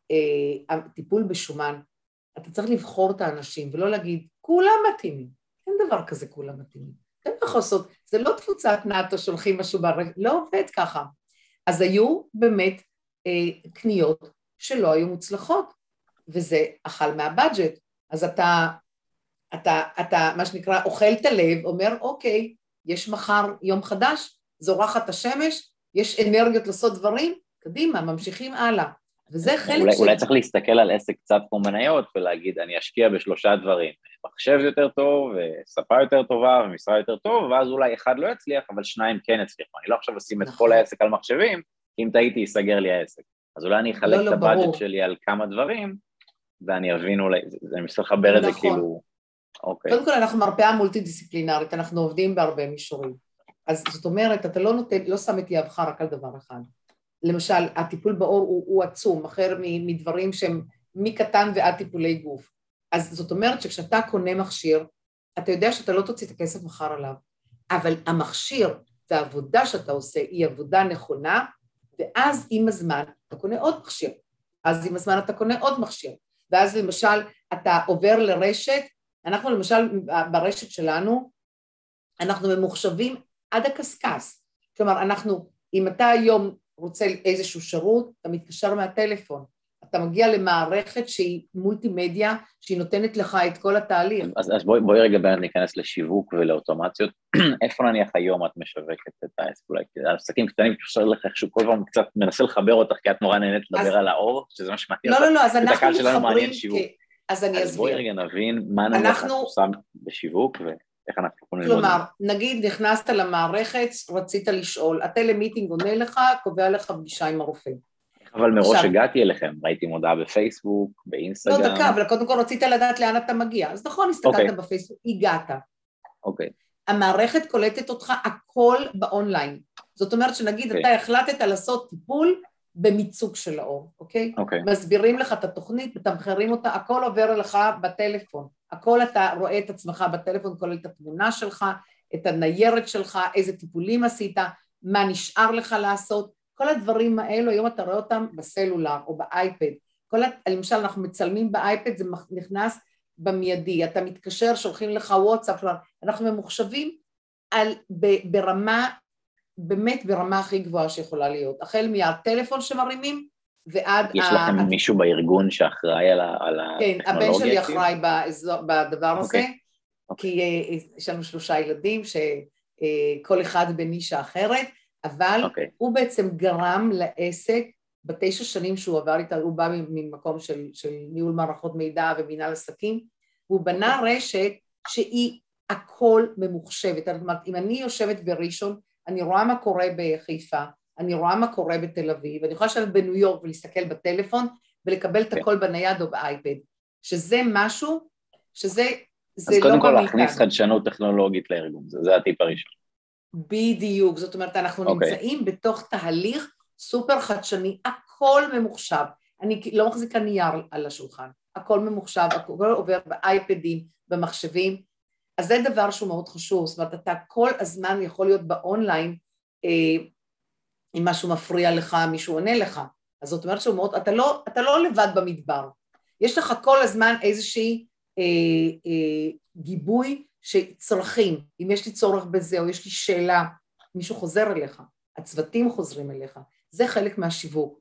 אה, טיפול בשומן, אתה צריך לבחור את האנשים ולא להגיד, כולם מתאימים. אין דבר כזה כולם מתאימים. אתה יכול לעשות, זה לא תפוצת נאטו שולחים משהו ברגע, לא עובד ככה. אז היו באמת אה, קניות שלא היו מוצלחות, וזה אכל מהבאג'ט. אז אתה, אתה, אתה, מה שנקרא, אוכל את הלב, אומר, אוקיי, יש מחר יום חדש, זורחת השמש, יש אנרגיות לעשות דברים, קדימה, ממשיכים הלאה. וזה חלק אולי, של... אולי צריך להסתכל על עסק קצת כמו מניות, ולהגיד, אני אשקיע בשלושה דברים, מחשב יותר טוב, וספה יותר טובה, ומשרה יותר טוב, ואז אולי אחד לא יצליח, אבל שניים כן יצליחו. אני לא עכשיו אשים את כל העסק על מחשבים, אם טעיתי, ייסגר לי העסק. אז אולי אני אחלק את הבאג'ט שלי על כמה דברים, ואני אבין אולי, אני מנסה לחבר את זה כאילו... קודם כל, אנחנו מרפאה מולטי-דיסציפלינרית, אנחנו עובדים בהרבה מישורים. אז זאת אומרת, אתה לא נותן, לא שם את יהבך רק על דבר אחד. למשל, הטיפול בעור הוא, הוא עצום, אחר מדברים שהם מקטן ועד טיפולי גוף. אז זאת אומרת שכשאתה קונה מכשיר, אתה יודע שאתה לא תוציא את הכסף מחר עליו, אבל המכשיר והעבודה שאתה עושה היא עבודה נכונה, ואז עם הזמן אתה קונה עוד מכשיר, אז עם הזמן אתה קונה עוד מכשיר, ואז למשל אתה עובר לרשת, אנחנו למשל ברשת שלנו, אנחנו ממוחשבים עד הקסקס, כלומר אנחנו, אם אתה היום רוצה איזשהו שירות, אתה מתקשר מהטלפון, אתה מגיע למערכת שהיא מולטימדיה, שהיא נותנת לך את כל התהליך. אז, אז בואי, בואי רגע בין ניכנס לשיווק ולאוטומציות, איפה נניח היום את משווקת את העסק, אולי, העסקים קטנים, פשוט לך איכשהו כל פעם קצת מנסה לחבר אותך, כי את נורא נהנית לדבר אז, על האור, שזה מה שמעניין. לא, לא, לא, אז אנחנו מתחברים, כי, אז אני אז אסביר. בואי רגע נבין מה נניח אנחנו... את עושה בשיווק, ואיך אנחנו יכולים ללמוד. כלומר, נגיד נכנסת למערכת, רצית לשאול, הטלמיטינג עונה לך, קובע לך פגישה עם הרופא. אבל מראש הגעתי אליכם, ראיתי מודעה בפייסבוק, באינסטגרם. לא דקה, אבל קודם כל רצית לדעת לאן אתה מגיע, אז נכון, הסתכלת בפייסבוק, הגעת. אוקיי. המערכת קולטת אותך הכל באונליין, זאת אומרת שנגיד אתה החלטת לעשות טיפול במיצוג של האור, אוקיי? מסבירים לך את התוכנית, מתמחרים אותה, הכל עובר לך בטלפון, הכל אתה רואה את עצמך בטלפון, כולל את התמונה שלך, את הניירת שלך, איזה טיפולים עשית, מה נשאר לך לעשות, כל הדברים האלו, היום אתה רואה אותם בסלולר או באייפד, כל, למשל אנחנו מצלמים באייפד, זה נכנס במיידי, אתה מתקשר, שולחים לך וואטסאפ, אנחנו ממוחשבים על, ברמה, באמת ברמה הכי גבוהה שיכולה להיות, החל מהטלפון שמרימים ועד... יש ה... לכם מישהו בארגון שאחראי על, ה... על כן, הטכנולוגיה? הבן שלי אחראי באזור, בדבר הזה, okay. כי okay. יש לנו שלושה ילדים שכל אחד בנישה אחרת, אבל okay. הוא בעצם גרם לעסק, בתשע שנים שהוא עבר איתה, הוא בא ממקום של, של ניהול מערכות מידע ומנהל עסקים, הוא בנה okay. רשת שהיא הכל ממוחשבת, זאת אומרת, אם אני יושבת בראשון, אני רואה מה קורה בחיפה, אני רואה מה קורה בתל אביב, אני יכולה לשבת בניו יורק ולהסתכל בטלפון, ולקבל okay. את הכל בנייד או באייפד, שזה משהו, שזה זה אז לא קודם כל להכניס חדשנות טכנולוגית לארגון, זה, זה הטיפ הראשון. בדיוק, זאת אומרת, אנחנו okay. נמצאים בתוך תהליך סופר חדשני, הכל ממוחשב, אני לא מחזיקה נייר על השולחן, הכל ממוחשב, הכל עובר באייפדים, במחשבים, אז זה דבר שהוא מאוד חשוב, זאת אומרת, אתה כל הזמן יכול להיות באונליין, אה, אם משהו מפריע לך, מישהו עונה לך, אז זאת אומרת שהוא מאוד, אתה לא, אתה לא לבד במדבר. יש לך כל הזמן איזושהי אה, אה, גיבוי שצרכים, אם יש לי צורך בזה או יש לי שאלה, מישהו חוזר אליך, הצוותים חוזרים אליך, זה חלק מהשיווק,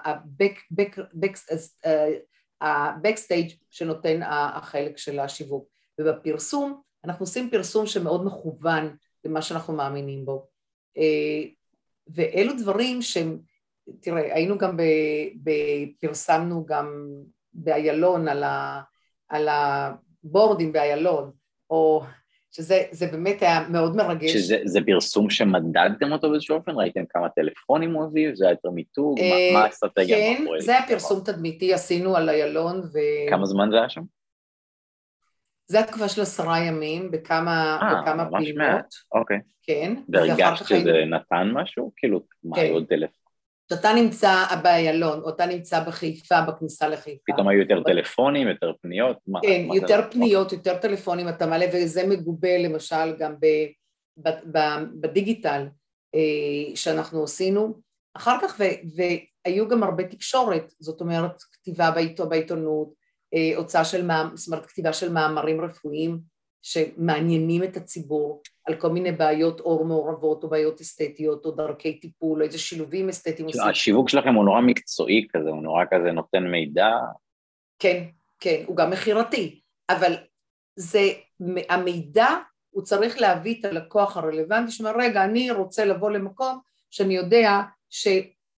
וה-backstage שנותן החלק של השיווק. ובפרסום, אנחנו עושים פרסום שמאוד מכוון למה שאנחנו מאמינים בו. ואלו דברים שהם, תראה, היינו גם, פרסמנו גם באיילון, על הבורדים באיילון, או שזה זה באמת היה מאוד מרגש. שזה פרסום שמדדתם אותו באיזשהו אופן? ראיתם כמה טלפונים הוא הביא? זה היה יותר מיתוג? מה האסטרטגיה? כן, זה היה פרסום תדמיתי, עשינו על איילון. כמה זמן זה היה שם? זה התקופה של עשרה ימים, בכמה פעימות. אוקיי. כן. והרגשת שזה נתן משהו? כאילו, מה היו עוד טלפון? שאתה נמצא באיילון, או אתה נמצא בחיפה, בכניסה לחיפה. פתאום היו יותר טלפונים, יותר פניות? כן, יותר פניות, יותר טלפונים, אתה מעלה, וזה מגובה למשל גם בדיגיטל שאנחנו עשינו. אחר כך, והיו גם הרבה תקשורת, זאת אומרת, כתיבה בעיתונות, הוצאה של, זאת אומרת, כתיבה של מאמרים רפואיים, שמעניינים את הציבור על כל מיני בעיות אור מעורבות, או בעיות אסתטיות, או דרכי טיפול, או איזה שילובים אסתטיים. השיווק שלכם הוא נורא מקצועי כזה, הוא נורא כזה נותן מידע. כן, כן, הוא גם מחירתי, אבל זה, המידע הוא צריך להביא את הלקוח הרלוונטי, שאומר, רגע, אני רוצה לבוא למקום שאני יודע ש,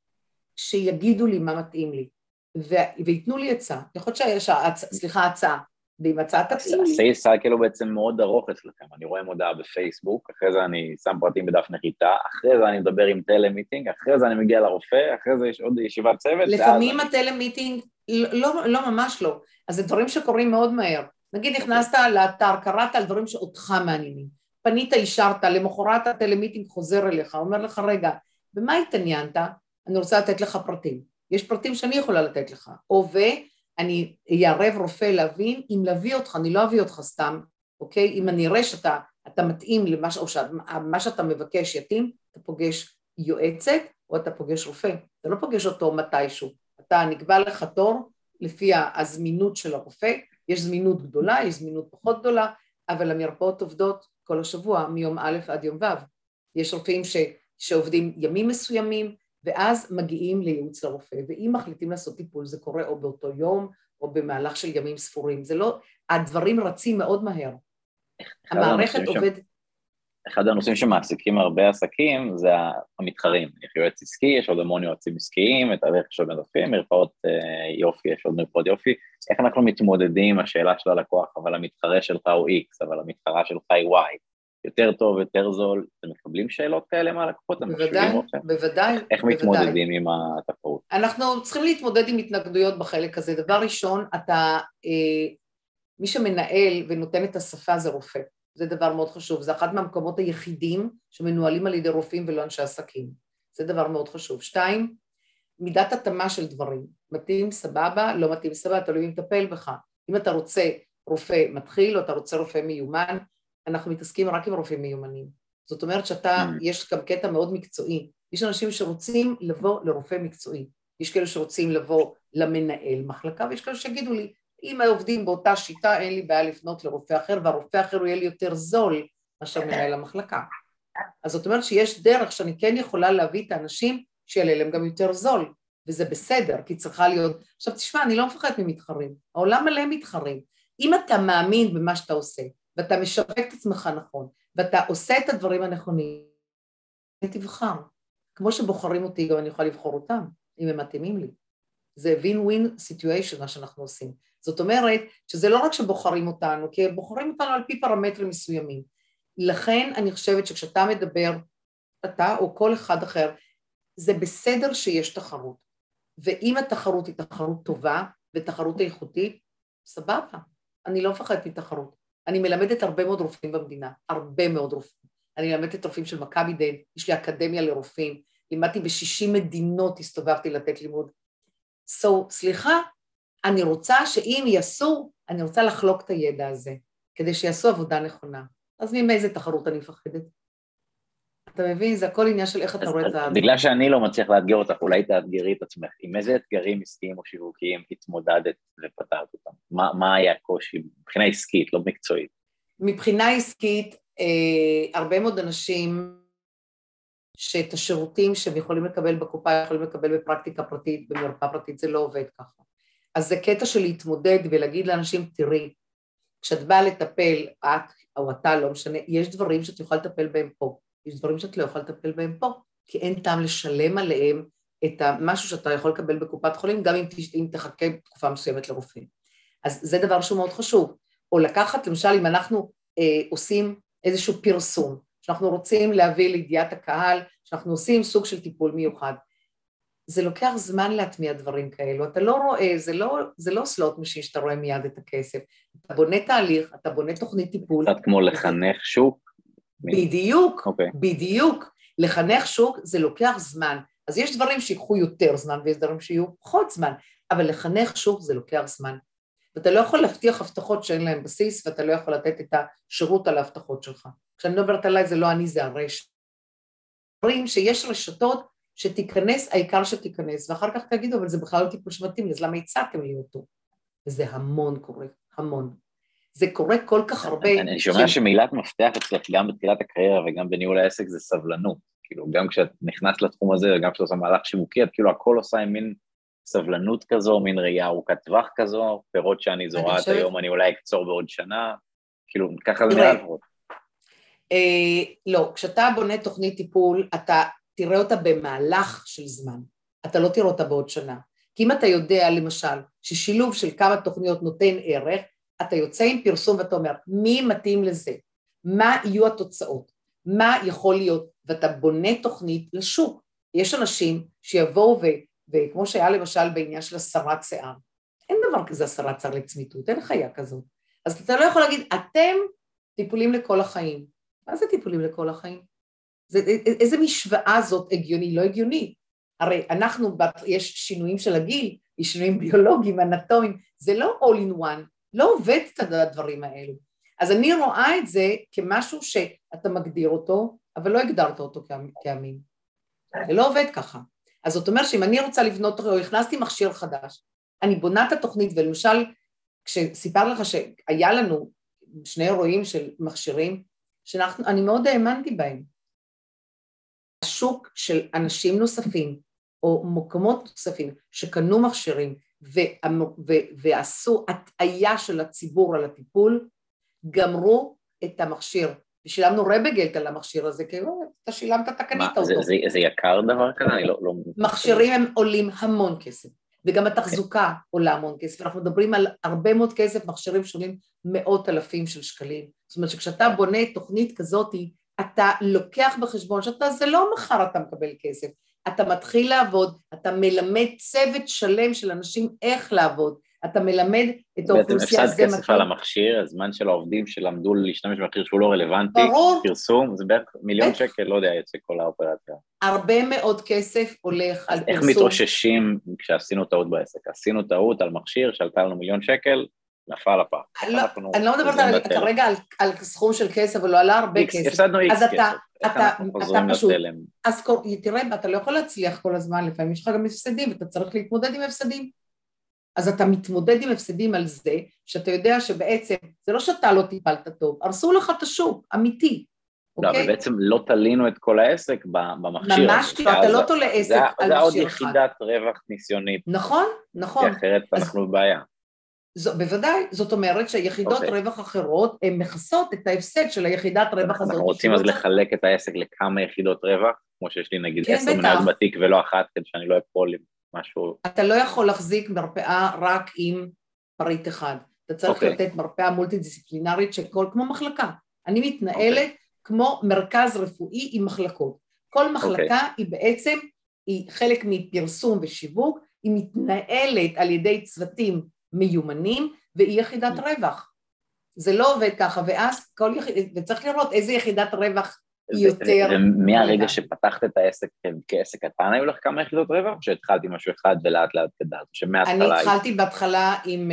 שיגידו לי מה מתאים לי, ויתנו לי הצעה. יכול להיות שהצעה, סליחה, הצעה, ועם הצעה תתאים לי. הסיילס סייקל בעצם מאוד ארוך אצלכם, אני רואה מודעה בפייסבוק, אחרי זה אני שם פרטים בדף נחיתה, אחרי זה אני מדבר עם טלמיטינג, אחרי זה אני מגיע לרופא, אחרי זה יש עוד ישיבת צוות. לפעמים הטלמיטינג, לא, לא, ממש לא, אז זה דברים שקורים מאוד מהר. נגיד נכנסת לאתר, קראת על דברים שאותך מעניינים, פנית, אישרת, למחרת הטלמיטינג חוזר אליך, אומר לך, רגע, במה התעניינת? אני רוצה לתת לך פרטים. יש פרטים שאני יכולה לתת לך, או ואני יערב רופא להבין, אם להביא אותך, אני לא אביא אותך סתם, אוקיי? אם אני אראה שאתה אתה מתאים למה או שמה שאתה מבקש יתאים, אתה פוגש יועצת, או אתה פוגש רופא, אתה לא פוגש אותו מתישהו, אתה נקבע לך תור לפי הזמינות של הרופא, יש זמינות גדולה, יש זמינות פחות גדולה, אבל המרפאות עובדות כל השבוע, מיום א' עד יום ו'. יש רופאים ש, שעובדים ימים מסוימים, ואז מגיעים לייעוץ לרופא, ואם מחליטים לעשות טיפול, זה קורה או באותו יום, או במהלך של ימים ספורים. זה לא, הדברים רצים מאוד מהר. המערכת עובדת... אחד הנושאים שמעסיקים הרבה עסקים, זה המתחרים. יש יועץ עסקי, יש עוד המון יועצים עסקיים, את הדרך של מדפים, מרפאות יופי, יש עוד מרפאות יופי. איך אנחנו מתמודדים עם השאלה של הלקוח, אבל המתחרה שלך הוא X, אבל המתחרה שלך היא Y. יותר טוב, יותר זול, אתם מקבלים שאלות כאלה מהלקוחות? בוודאי, בוודאי. איך מתמודדים עם התחרות? אנחנו צריכים להתמודד עם התנגדויות בחלק הזה. דבר ראשון, אתה, מי שמנהל ונותן את השפה זה רופא. זה דבר מאוד חשוב. זה אחד מהמקומות היחידים שמנוהלים על ידי רופאים ולא אנשי עסקים. זה דבר מאוד חשוב. שתיים, מידת התאמה של דברים. מתאים סבבה, לא מתאים סבבה, תלוי אם מטפל בך. אם אתה רוצה רופא מתחיל או אתה רוצה רופא מיומן, אנחנו מתעסקים רק עם רופאים מיומנים. זאת אומרת שאתה, יש גם קטע מאוד מקצועי. יש אנשים שרוצים לבוא לרופא מקצועי. יש כאלה שרוצים לבוא למנהל מחלקה, ויש כאלה שיגידו לי, אם העובדים באותה שיטה, אין לי בעיה לפנות לרופא אחר, והרופא אחר הוא יהיה לי יותר זול מאשר מנהל המחלקה. אז זאת אומרת שיש דרך שאני כן יכולה להביא את האנשים שיעלה להם גם יותר זול, וזה בסדר, כי צריכה להיות... עכשיו תשמע, אני לא מפחדת ממתחרים, העולם מלא מתחרים. אם אתה מאמין במה שאתה עושה, ואתה משווק את עצמך נכון, ואתה עושה את הדברים הנכונים, תבחר. כמו שבוחרים אותי, גם אני יכולה לבחור אותם, אם הם מתאימים לי. זה win-win situation, מה שאנחנו עושים. זאת אומרת, שזה לא רק שבוחרים אותנו, כי בוחרים אותנו על פי פרמטרים מסוימים. לכן אני חושבת שכשאתה מדבר, אתה או כל אחד אחר, זה בסדר שיש תחרות. ואם התחרות היא תחרות טובה, ותחרות איכותית, סבבה. אני לא מפחדת מתחרות. אני מלמדת הרבה מאוד רופאים במדינה, הרבה מאוד רופאים. אני מלמדת רופאים של מכבי דן, יש לי אקדמיה לרופאים, לימדתי ב-שישים מדינות, הסתובבתי לתת לימוד. So, סליחה, אני רוצה שאם יעשו, אני רוצה לחלוק את הידע הזה, כדי שיעשו עבודה נכונה. אז מאיזה תחרות אני מפחדת? אתה מבין, זה הכל עניין של איך אתה רואה את הדברים. בגלל שאני לא מצליח לאתגר אותך, אולי תאתגרי את עצמך, עם איזה אתגרים עסקיים או שיווקיים התמודדת ופתרת אותם? מה, מה היה הקושי מבחינה עסקית, לא מקצועית? מבחינה עסקית, אה, הרבה מאוד אנשים שאת השירותים שהם יכולים לקבל בקופה, יכולים לקבל בפרקטיקה פרטית, במרפאה פרטית, זה לא עובד ככה. אז זה קטע של להתמודד ולהגיד לאנשים, תראי, כשאת באה לטפל, את או אתה, לא משנה, יש דברים שאת יכולה לטפל בהם פה, יש דברים שאת לא יכולה לטפל בהם פה, כי אין טעם לשלם עליהם את המשהו שאתה יכול לקבל בקופת חולים, גם אם, אם תחכה תקופה מסוימת לרופאים. אז זה דבר שהוא מאוד חשוב. או לקחת, למשל, אם אנחנו אה, עושים איזשהו פרסום, שאנחנו רוצים להביא לידיעת הקהל, שאנחנו עושים סוג של טיפול מיוחד, זה לוקח זמן להטמיע דברים כאלו, אתה לא רואה, זה לא, זה לא סלוט משין שאתה רואה מיד את הכסף, אתה בונה תהליך, אתה בונה תוכנית טיפול. קצת כמו לחנך שוק? בדיוק, okay. בדיוק. לחנך שוק זה לוקח זמן, אז יש דברים שיקחו יותר זמן, ויש דברים שיהיו פחות זמן, אבל לחנך שוק זה לוקח זמן. ואתה לא יכול להבטיח הבטחות שאין להם בסיס, ואתה לא יכול לתת את השירות על ההבטחות שלך. כשאני מדברת עליי זה לא אני, זה הרשת. דברים שיש רשתות שתיכנס, העיקר שתיכנס, ואחר כך תגידו, אבל זה בכלל לא טיפול שמתאים, אז למה הצעתם לי אותו? וזה המון קורה, המון. זה קורה כל כך הרבה... אני שומע שמילת מפתח אצלך גם בתחילת הקריירה וגם בניהול העסק זה סבלנות. כאילו, גם כשאת נכנס לתחום הזה וגם כשאת עושה מהלך שיווקי, את כאילו הכל עושה עם מין סבלנות כזו, מין ראייה ארוכת טווח כזו, פירות שאני זורעת היום, אני אולי אקצור בעוד שנה, כאילו, ככה זה נראה לפחות. לא, כשאתה בונה תוכנית טיפול, אתה תראה אותה במהלך של זמן, אתה לא תראה אותה בעוד שנה. כי אם אתה יודע, למשל, ששילוב של כמה תוכניות נותן ערך, אתה יוצא עם פרסום ואתה אומר, מי מתאים לזה? מה יהיו התוצאות? מה יכול להיות? ואתה בונה תוכנית לשוק. יש אנשים שיבואו, ו, וכמו שהיה למשל בעניין של הסרת שיער, אין דבר כזה הסרת שיער לצמיתות, אין חיה כזאת. אז אתה לא יכול להגיד, אתם טיפולים לכל החיים. מה זה טיפולים לכל החיים? זה, איזה משוואה זאת הגיוני, לא הגיוני. הרי אנחנו, יש שינויים של הגיל, יש שינויים ביולוגיים, אנטומיים, זה לא all in one, לא עובד את הדברים האלו. אז אני רואה את זה כמשהו שאתה מגדיר אותו, אבל לא הגדרת אותו כאמין. זה לא עובד ככה. אז זאת אומרת שאם אני רוצה לבנות, או הכנסתי מכשיר חדש, אני בונה את התוכנית, ולמשל, כשסיפר לך שהיה לנו שני אירועים של מכשירים, שאני מאוד האמנתי בהם. השוק של אנשים נוספים, או מקומות נוספים, שקנו מכשירים, ועשו הטעיה של הציבור על הטיפול, גמרו את המכשיר, ושילמנו רבגלט על המכשיר הזה, כי אתה שילמת, אתה קנית אותו. זה יקר דבר כזה? מכשירים הם עולים המון כסף, וגם התחזוקה עולה המון כסף, אנחנו מדברים על הרבה מאוד כסף, מכשירים שעולים מאות אלפים של שקלים, זאת אומרת שכשאתה בונה תוכנית כזאת, אתה לוקח בחשבון שאתה, זה לא מחר אתה מקבל כסף, אתה מתחיל לעבוד, אתה מלמד צוות שלם של אנשים איך לעבוד, אתה מלמד את האוכלוסייה. בעצם הפסד כסף על המכשיר, הזמן של העובדים שלמדו להשתמש במכשיר שהוא לא רלוונטי, פרסום, זה בערך מיליון שקל, לא יודע, יוצא כל האופרציה. הרבה מאוד כסף הולך על פרסום. איך מתאוששים כשעשינו טעות בעסק? עשינו טעות על מכשיר שעלתה לנו מיליון שקל, נפל הפעם. אני לא מדברת כרגע על סכום של כסף, אבל לא עלה הרבה כסף. הפסדנו איקס כסף. אתה פשוט, אז תראה, אתה לא יכול להצליח כל הזמן, לפעמים יש לך גם הפסדים, ואתה צריך להתמודד עם הפסדים. אז אתה מתמודד עם הפסדים על זה, שאתה יודע שבעצם, זה לא שאתה לא טיפלת טוב, הרסו לך את השוק, אמיתי. לא, אבל בעצם לא תלינו את כל העסק במכשיר. ממש לא, אתה לא תולה עסק על מכשיר אחד. זה עוד יחידת רווח ניסיונית. נכון, נכון. כי אחרת אנחנו בבעיה. בוודאי, זאת אומרת שיחידות רווח אחרות, הן מכסות את ההפסד של היחידת רווח הזאת. אנחנו רוצים אז לחלק את העסק לכמה יחידות רווח, כמו שיש לי נגיד עשר מניות בתיק ולא אחת, כדי שאני לא אפול עם משהו. אתה לא יכול להחזיק מרפאה רק עם פריט אחד. אתה צריך לתת מרפאה מולטי-דיסציפלינרית שכל, כמו מחלקה. אני מתנהלת כמו מרכז רפואי עם מחלקות. כל מחלקה היא בעצם, היא חלק מפרסום ושיווק, היא מתנהלת על ידי צוותים מיומנים, והיא יחידת רווח. זה לא עובד ככה, ואז כל יחיד, וצריך לראות איזה יחידת רווח היא יותר... ומהרגע שפתחת את העסק כעסק קטן, היו לך כמה יחידות רווח, או שהתחלתי משהו אחד ולאט לאט גדלת, שמההתחלה... אני התחלתי בהתחלה עם,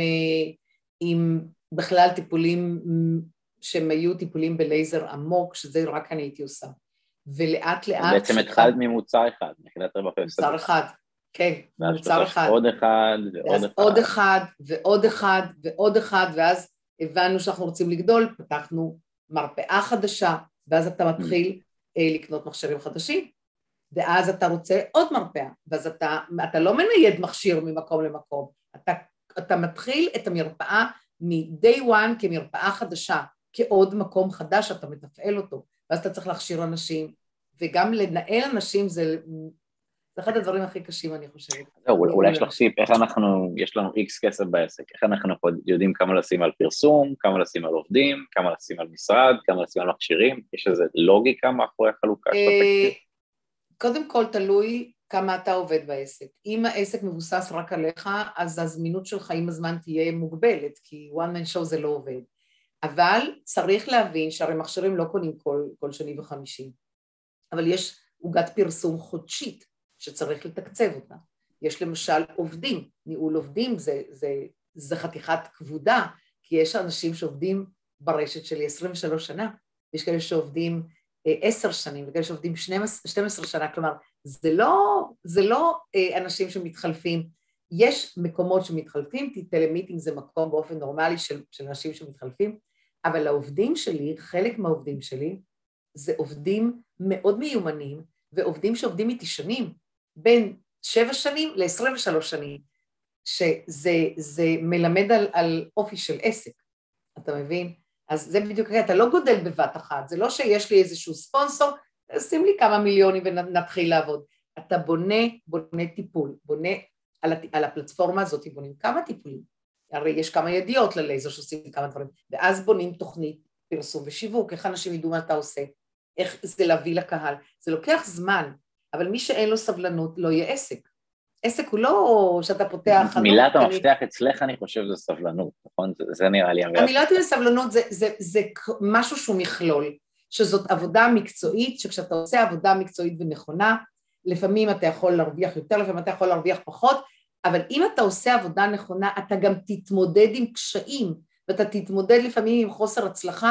עם בכלל טיפולים, שהם היו טיפולים בלייזר עמוק, שזה רק אני הייתי עושה. ולאט לאט... בעצם התחלת ממוצר אחד, יחידת רווח והפסדים. מוצר אחד, כן, מוצר אחד. עוד אחד ועוד אחד. עוד אחד ועוד אחד ועוד אחד, ואז הבנו שאנחנו רוצים לגדול, פתחנו מרפאה חדשה, ואז אתה מתחיל לקנות מכשירים חדשים, ואז אתה רוצה עוד מרפאה, ואז אתה, אתה לא מנייד מכשיר ממקום למקום, אתה, אתה מתחיל את המרפאה מ-day one כמרפאה חדשה, כעוד מקום חדש, אתה מתפעל אותו, ואז אתה צריך להכשיר אנשים, וגם לנהל אנשים זה, זה אחד הדברים הכי קשים, אני חושבת. אולי יש לך טיפ, איך אנחנו, יש לנו איקס כסף בעסק, איך אנחנו יודעים כמה לשים על פרסום, כמה לשים על עובדים, כמה לשים על משרד, כמה לשים על מכשירים, יש איזו לוגיקה מאחורי החלוקה של התקציב? קודם כל תלוי כמה אתה עובד בעסק. אם העסק מבוסס רק עליך, אז הזמינות שלך עם הזמן תהיה מוגבלת, כי one man show זה לא עובד. אבל צריך להבין שהרי מכשירים לא קונים כל, כל שני וחמישי, אבל יש עוגת פרסום חודשית שצריך לתקצב אותה. יש למשל עובדים, ניהול עובדים זה, זה, זה חתיכת כבודה, כי יש אנשים שעובדים ברשת שלי עשרים ושלוש שנה, יש כאלה שעובדים עשר שנים, וכאלה שעובדים שתים עשרה שנה, כלומר, זה לא, זה לא אנשים שמתחלפים, יש מקומות שמתחלפים, טלמיטינג זה מקום באופן נורמלי של, של אנשים שמתחלפים, אבל העובדים שלי, חלק מהעובדים שלי, זה עובדים מאוד מיומנים, ועובדים שעובדים איתי שנים, בין שבע שנים ל-עשרים ושלוש שנים, שזה זה מלמד על, על אופי של עסק, אתה מבין? אז זה בדיוק, אתה לא גודל בבת אחת, זה לא שיש לי איזשהו ספונסור, שים לי כמה מיליונים ונתחיל לעבוד. אתה בונה, בונה טיפול, בונה על, על הפלטפורמה הזאת, בונים כמה טיפולים. הרי יש כמה ידיעות ללייזר שעושים כמה דברים, ואז בונים תוכנית פרסום ושיווק, איך אנשים ידעו מה אתה עושה, איך זה להביא לקהל. זה לוקח זמן, אבל מי שאין לו סבלנות לא יהיה עסק. עסק הוא לא שאתה פותח... מילת המפתח אצלך אני חושב זה סבלנות, נכון? זה נראה לי... המילת סבלנות זה, זה, זה משהו שהוא מכלול, שזאת עבודה מקצועית, שכשאתה עושה עבודה מקצועית ונכונה, לפעמים אתה יכול להרוויח יותר, לפעמים אתה יכול להרוויח פחות, אבל אם אתה עושה עבודה נכונה, אתה גם תתמודד עם קשיים, ואתה תתמודד לפעמים עם חוסר הצלחה,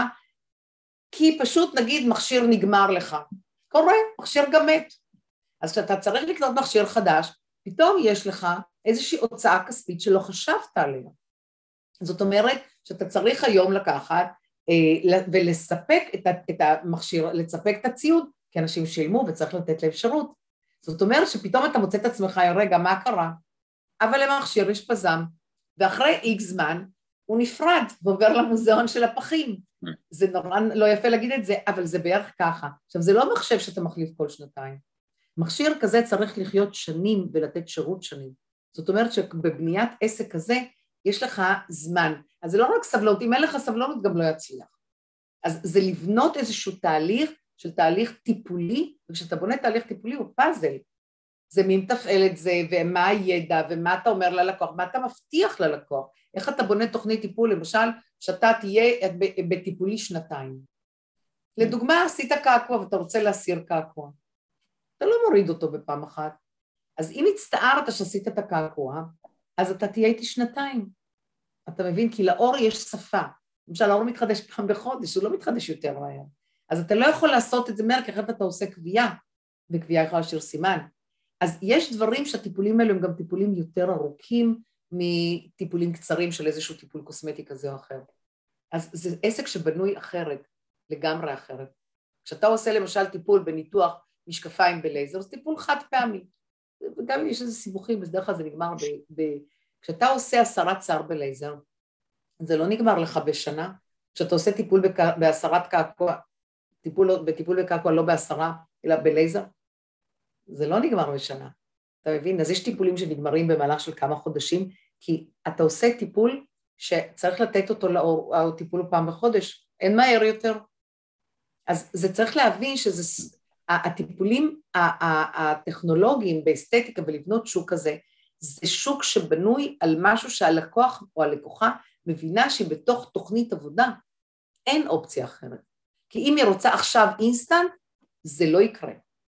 כי פשוט נגיד מכשיר נגמר לך, קורה, מכשיר גם מת. אז כשאתה צריך לקנות מכשיר חדש, פתאום יש לך איזושהי הוצאה כספית שלא חשבת עליה. זאת אומרת שאתה צריך היום לקחת אה, ולספק את המכשיר, לספק את הציוד, כי אנשים שילמו וצריך לתת להם שירות. זאת אומרת שפתאום אתה מוצא את עצמך, רגע, מה קרה? אבל למכשיר יש פזם, ואחרי איקס זמן הוא נפרד ועובר למוזיאון של הפחים. זה נורא לא יפה להגיד את זה, אבל זה בערך ככה. עכשיו, זה לא מחשב שאתה מחליף כל שנתיים. מכשיר כזה צריך לחיות שנים ולתת שירות שנים. זאת אומרת שבבניית עסק כזה יש לך זמן. אז זה לא רק סבלנות, אם אין לך סבלנות גם לא יצליח. אז זה לבנות איזשהו תהליך של תהליך טיפולי, וכשאתה בונה תהליך טיפולי הוא פאזל. זה מי מתפעל את זה, ומה הידע, ומה אתה אומר ללקוח, מה אתה מבטיח ללקוח, איך אתה בונה תוכנית טיפול, למשל, שאתה תהיה בטיפולי שנתיים. לדוגמה, עשית קעקוע ואתה רוצה להסיר קעקוע. אתה לא מוריד אותו בפעם אחת. אז אם הצטערת שעשית את הקעקוע, אז אתה תהיה איתי שנתיים. אתה מבין? כי לאור יש שפה. למשל, האור מתחדש פעם בחודש, הוא לא מתחדש יותר מהר. אז אתה לא יכול לעשות את זה מהר, כי אחרת אתה עושה קביעה, וקביעה יכולה להשאיר סימן. אז יש דברים שהטיפולים האלו הם גם טיפולים יותר ארוכים, מטיפולים קצרים של איזשהו טיפול קוסמטי כזה או אחר. אז זה עסק שבנוי אחרת, לגמרי אחרת. כשאתה עושה למשל טיפול בניתוח משקפיים בלייזר, זה טיפול חד פעמי. וגם אם יש איזה סיבוכים, בדרך כלל זה נגמר ב... ב... כשאתה עושה הסרת שיער בלייזר, זה לא נגמר לך בשנה. כשאתה עושה טיפול בק... בהסרת קעקוע, טיפול... בטיפול בקעקוע לא בהסרה, אלא בלייזר, זה לא נגמר בשנה. אתה מבין? אז יש טיפולים שנגמרים במהלך של כמה חודשים, כי אתה עושה טיפול שצריך לתת אותו לאור, או טיפול פעם בחודש, אין מהר יותר. אז זה צריך להבין שזה... הטיפולים הטכנולוגיים באסתטיקה ולבנות שוק כזה, זה שוק שבנוי על משהו שהלקוח או הלקוחה מבינה שבתוך תוכנית עבודה אין אופציה אחרת. כי אם היא רוצה עכשיו אינסטנט, זה לא יקרה.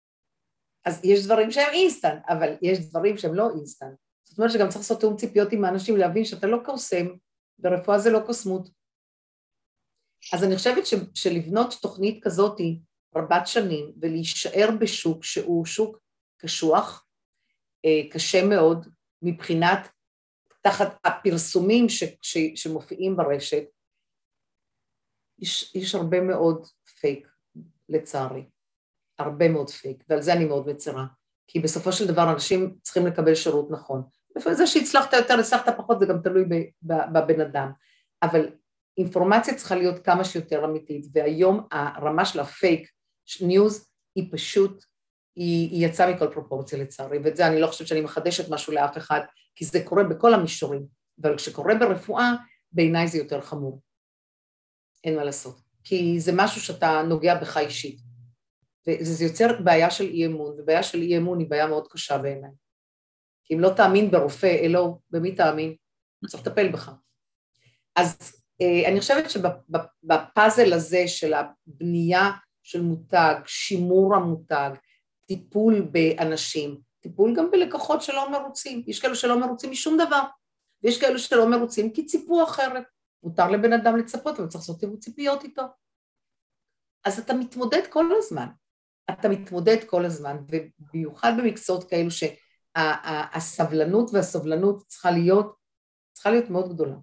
אז יש דברים שהם אינסטנט, אבל יש דברים שהם לא אינסטנט. זאת אומרת שגם צריך לעשות תאום ציפיות עם האנשים, להבין שאתה לא קוסם, ברפואה זה לא קוסמות. אז אני חושבת ש, שלבנות תוכנית כזאת, רבת שנים ולהישאר בשוק שהוא שוק קשוח, קשה מאוד מבחינת תחת הפרסומים ש, ש, שמופיעים ברשת, יש, יש הרבה מאוד פייק, לצערי, הרבה מאוד פייק, ועל זה אני מאוד מצרה, כי בסופו של דבר אנשים צריכים לקבל שירות נכון. לפעמים זה שהצלחת יותר, הצלחת פחות, זה גם תלוי בבן אדם, אבל אינפורמציה צריכה להיות כמה שיותר אמיתית, והיום הרמה של הפייק ניוז היא פשוט, היא, היא יצאה מכל פרופורציה לצערי, ואת זה אני לא חושבת שאני מחדשת משהו לאף אחד, כי זה קורה בכל המישורים, אבל כשקורה ברפואה, בעיניי זה יותר חמור. אין מה לעשות, כי זה משהו שאתה נוגע בך אישית, וזה יוצר בעיה של אי אמון, ובעיה של אי אמון היא בעיה מאוד קשה בעיניי. כי אם לא תאמין ברופא, אלו, במי תאמין? צריך לטפל בך. אז אני חושבת שבפאזל הזה של הבנייה של מותג, שימור המותג, טיפול באנשים, טיפול גם בלקוחות שלא מרוצים, יש כאלו שלא מרוצים משום דבר, ויש כאלו שלא מרוצים כי ציפו אחרת, מותר לבן אדם לצפות וצריך לעשות ציפיות איתו. אז אתה מתמודד כל הזמן, אתה מתמודד כל הזמן, ובמיוחד במקצועות כאלו שהסבלנות והסובלנות צריכה להיות, צריכה להיות מאוד גדולה.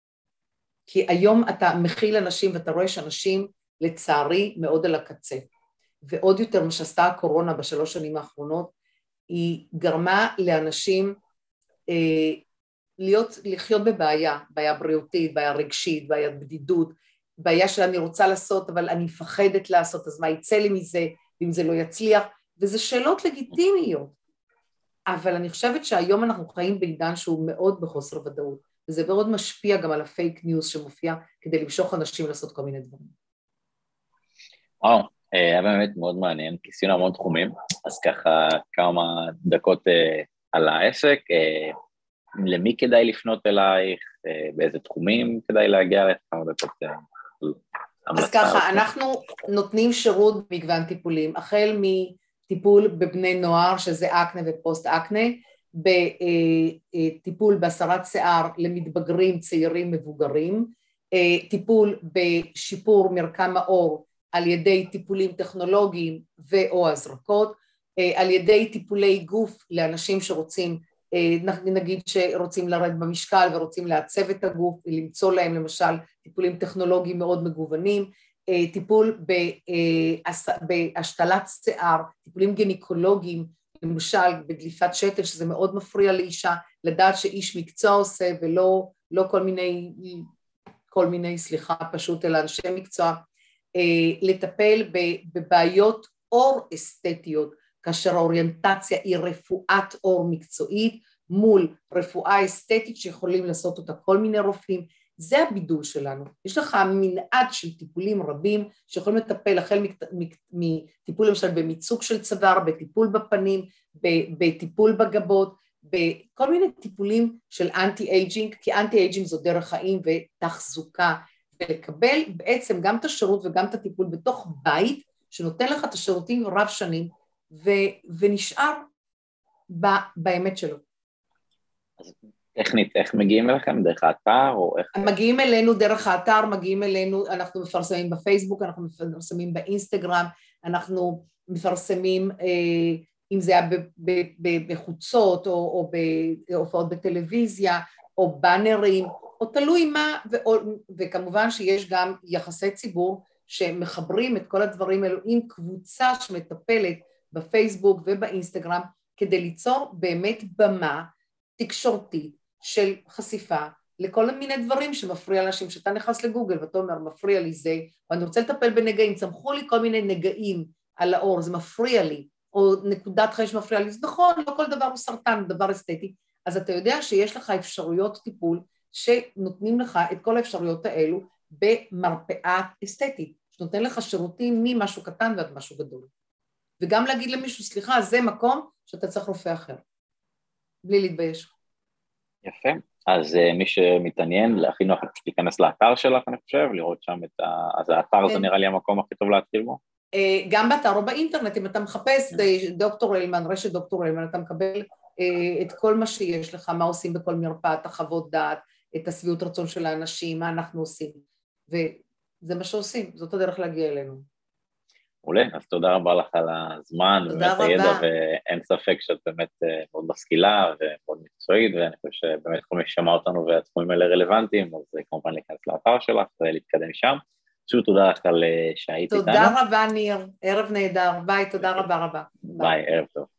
כי היום אתה מכיל אנשים ואתה רואה שאנשים לצערי מאוד על הקצה, ועוד יותר מה שעשתה הקורונה בשלוש שנים האחרונות, היא גרמה לאנשים אה, להיות, לחיות בבעיה, בעיה בריאותית, בעיה רגשית, בעיה בדידות, בעיה שאני רוצה לעשות אבל אני מפחדת לעשות, אז מה יצא לי מזה, ואם זה לא יצליח, וזה שאלות לגיטימיות, אבל אני חושבת שהיום אנחנו חיים בעידן שהוא מאוד בחוסר ודאות, וזה מאוד משפיע גם על הפייק ניוז שמופיע, כדי למשוך אנשים לעשות כל מיני דברים. וואו, היה באמת מאוד מעניין, כי עשינו המון תחומים, אז ככה כמה דקות על העסק, למי כדאי לפנות אלייך, באיזה תחומים כדאי להגיע לך, כמה דקות. אז ככה, אנחנו נותנים שירות במגוון טיפולים, החל מטיפול בבני נוער, שזה אקנה ופוסט אקנה, בטיפול בהסרת שיער למתבגרים, צעירים, מבוגרים, טיפול בשיפור מרקם העור על ידי טיפולים טכנולוגיים ואו הזרקות, על ידי טיפולי גוף לאנשים שרוצים, נגיד שרוצים לרדת במשקל ורוצים לעצב את הגוף, למצוא להם למשל טיפולים טכנולוגיים מאוד מגוונים, טיפול בהשתלת שיער, טיפולים גינקולוגיים, למשל בדליפת שתל, שזה מאוד מפריע לאישה, לדעת שאיש מקצוע עושה ולא לא כל מיני, כל מיני, סליחה, פשוט אלא אנשי מקצוע, לטפל בבעיות אור אסתטיות, כאשר האוריינטציה היא רפואת אור מקצועית, מול רפואה אסתטית שיכולים לעשות אותה כל מיני רופאים, זה הבידול שלנו. יש לך מנעד של טיפולים רבים שיכולים לטפל החל מטיפול למשל במיצוק של צוואר, בטיפול בפנים, בטיפול בגבות, בכל מיני טיפולים של אנטי אייג'ינג, כי אנטי אייג'ינג זו דרך חיים ותחזוקה, ולקבל בעצם גם את השירות וגם את הטיפול בתוך בית, שנותן לך את השירותים רב שנים, ו- ונשאר ב- באמת שלו. אז טכנית, איך מגיעים אליכם? דרך האתר או איך? מגיעים אלינו דרך האתר, מגיעים אלינו, אנחנו מפרסמים בפייסבוק, אנחנו מפרסמים באינסטגרם, אנחנו מפרסמים, אה, אם זה היה ב- ב- ב- בחוצות, או, או בהופעות בטלוויזיה, או בנרים, או תלוי מה, ו- וכמובן שיש גם יחסי ציבור, שמחברים את כל הדברים האלו עם קבוצה שמטפלת בפייסבוק ובאינסטגרם, כדי ליצור באמת במה תקשורתית של חשיפה לכל מיני דברים שמפריע לאנשים, שאתה נכנס לגוגל ואתה אומר, מפריע לי זה, ואני רוצה לטפל בנגעים, צמחו לי כל מיני נגעים על האור, זה מפריע לי, או נקודת חיים שמפריע לי, זה נכון, לא כל דבר הוא סרטן, דבר אסתטי, אז אתה יודע שיש לך אפשרויות טיפול, שנותנים לך את כל האפשרויות האלו במרפאה אסתטית, שנותן לך שירותים ממשהו קטן ועד משהו גדול. וגם להגיד למישהו, סליחה, זה מקום שאתה צריך רופא אחר, בלי להתבייש. יפה, אז מי שמתעניין, להכין לך, פשוט להיכנס לאתר שלך, אני חושב, לראות שם את ה... אז האתר זה נראה לי המקום הכי טוב להתחיל בו? גם באתר או באינטרנט, אם אתה מחפש דוקטור אלמן, רשת דוקטור אלמן, אתה מקבל את כל מה שיש לך, מה עושים בכל מרפאה, את החוות דעת, את הסביעות רצון של האנשים, מה אנחנו עושים, וזה מה שעושים, זאת הדרך להגיע אלינו. מעולה, אז תודה רבה לך על הזמן, תודה ובאמת הידע, רבה. ואין ספק שאת באמת מאוד משכילה ומאוד מקצועית, ואני חושב שבאמת כל מי ששמע אותנו והתחומים האלה רלוונטיים, אז כמובן להיכנס לאתר שלך ולהתקדם משם. שוב תודה לך על שהיית איתנו. תודה רבה ניר, ערב נהדר, ביי, תודה רבה רבה. ביי, ערב טוב.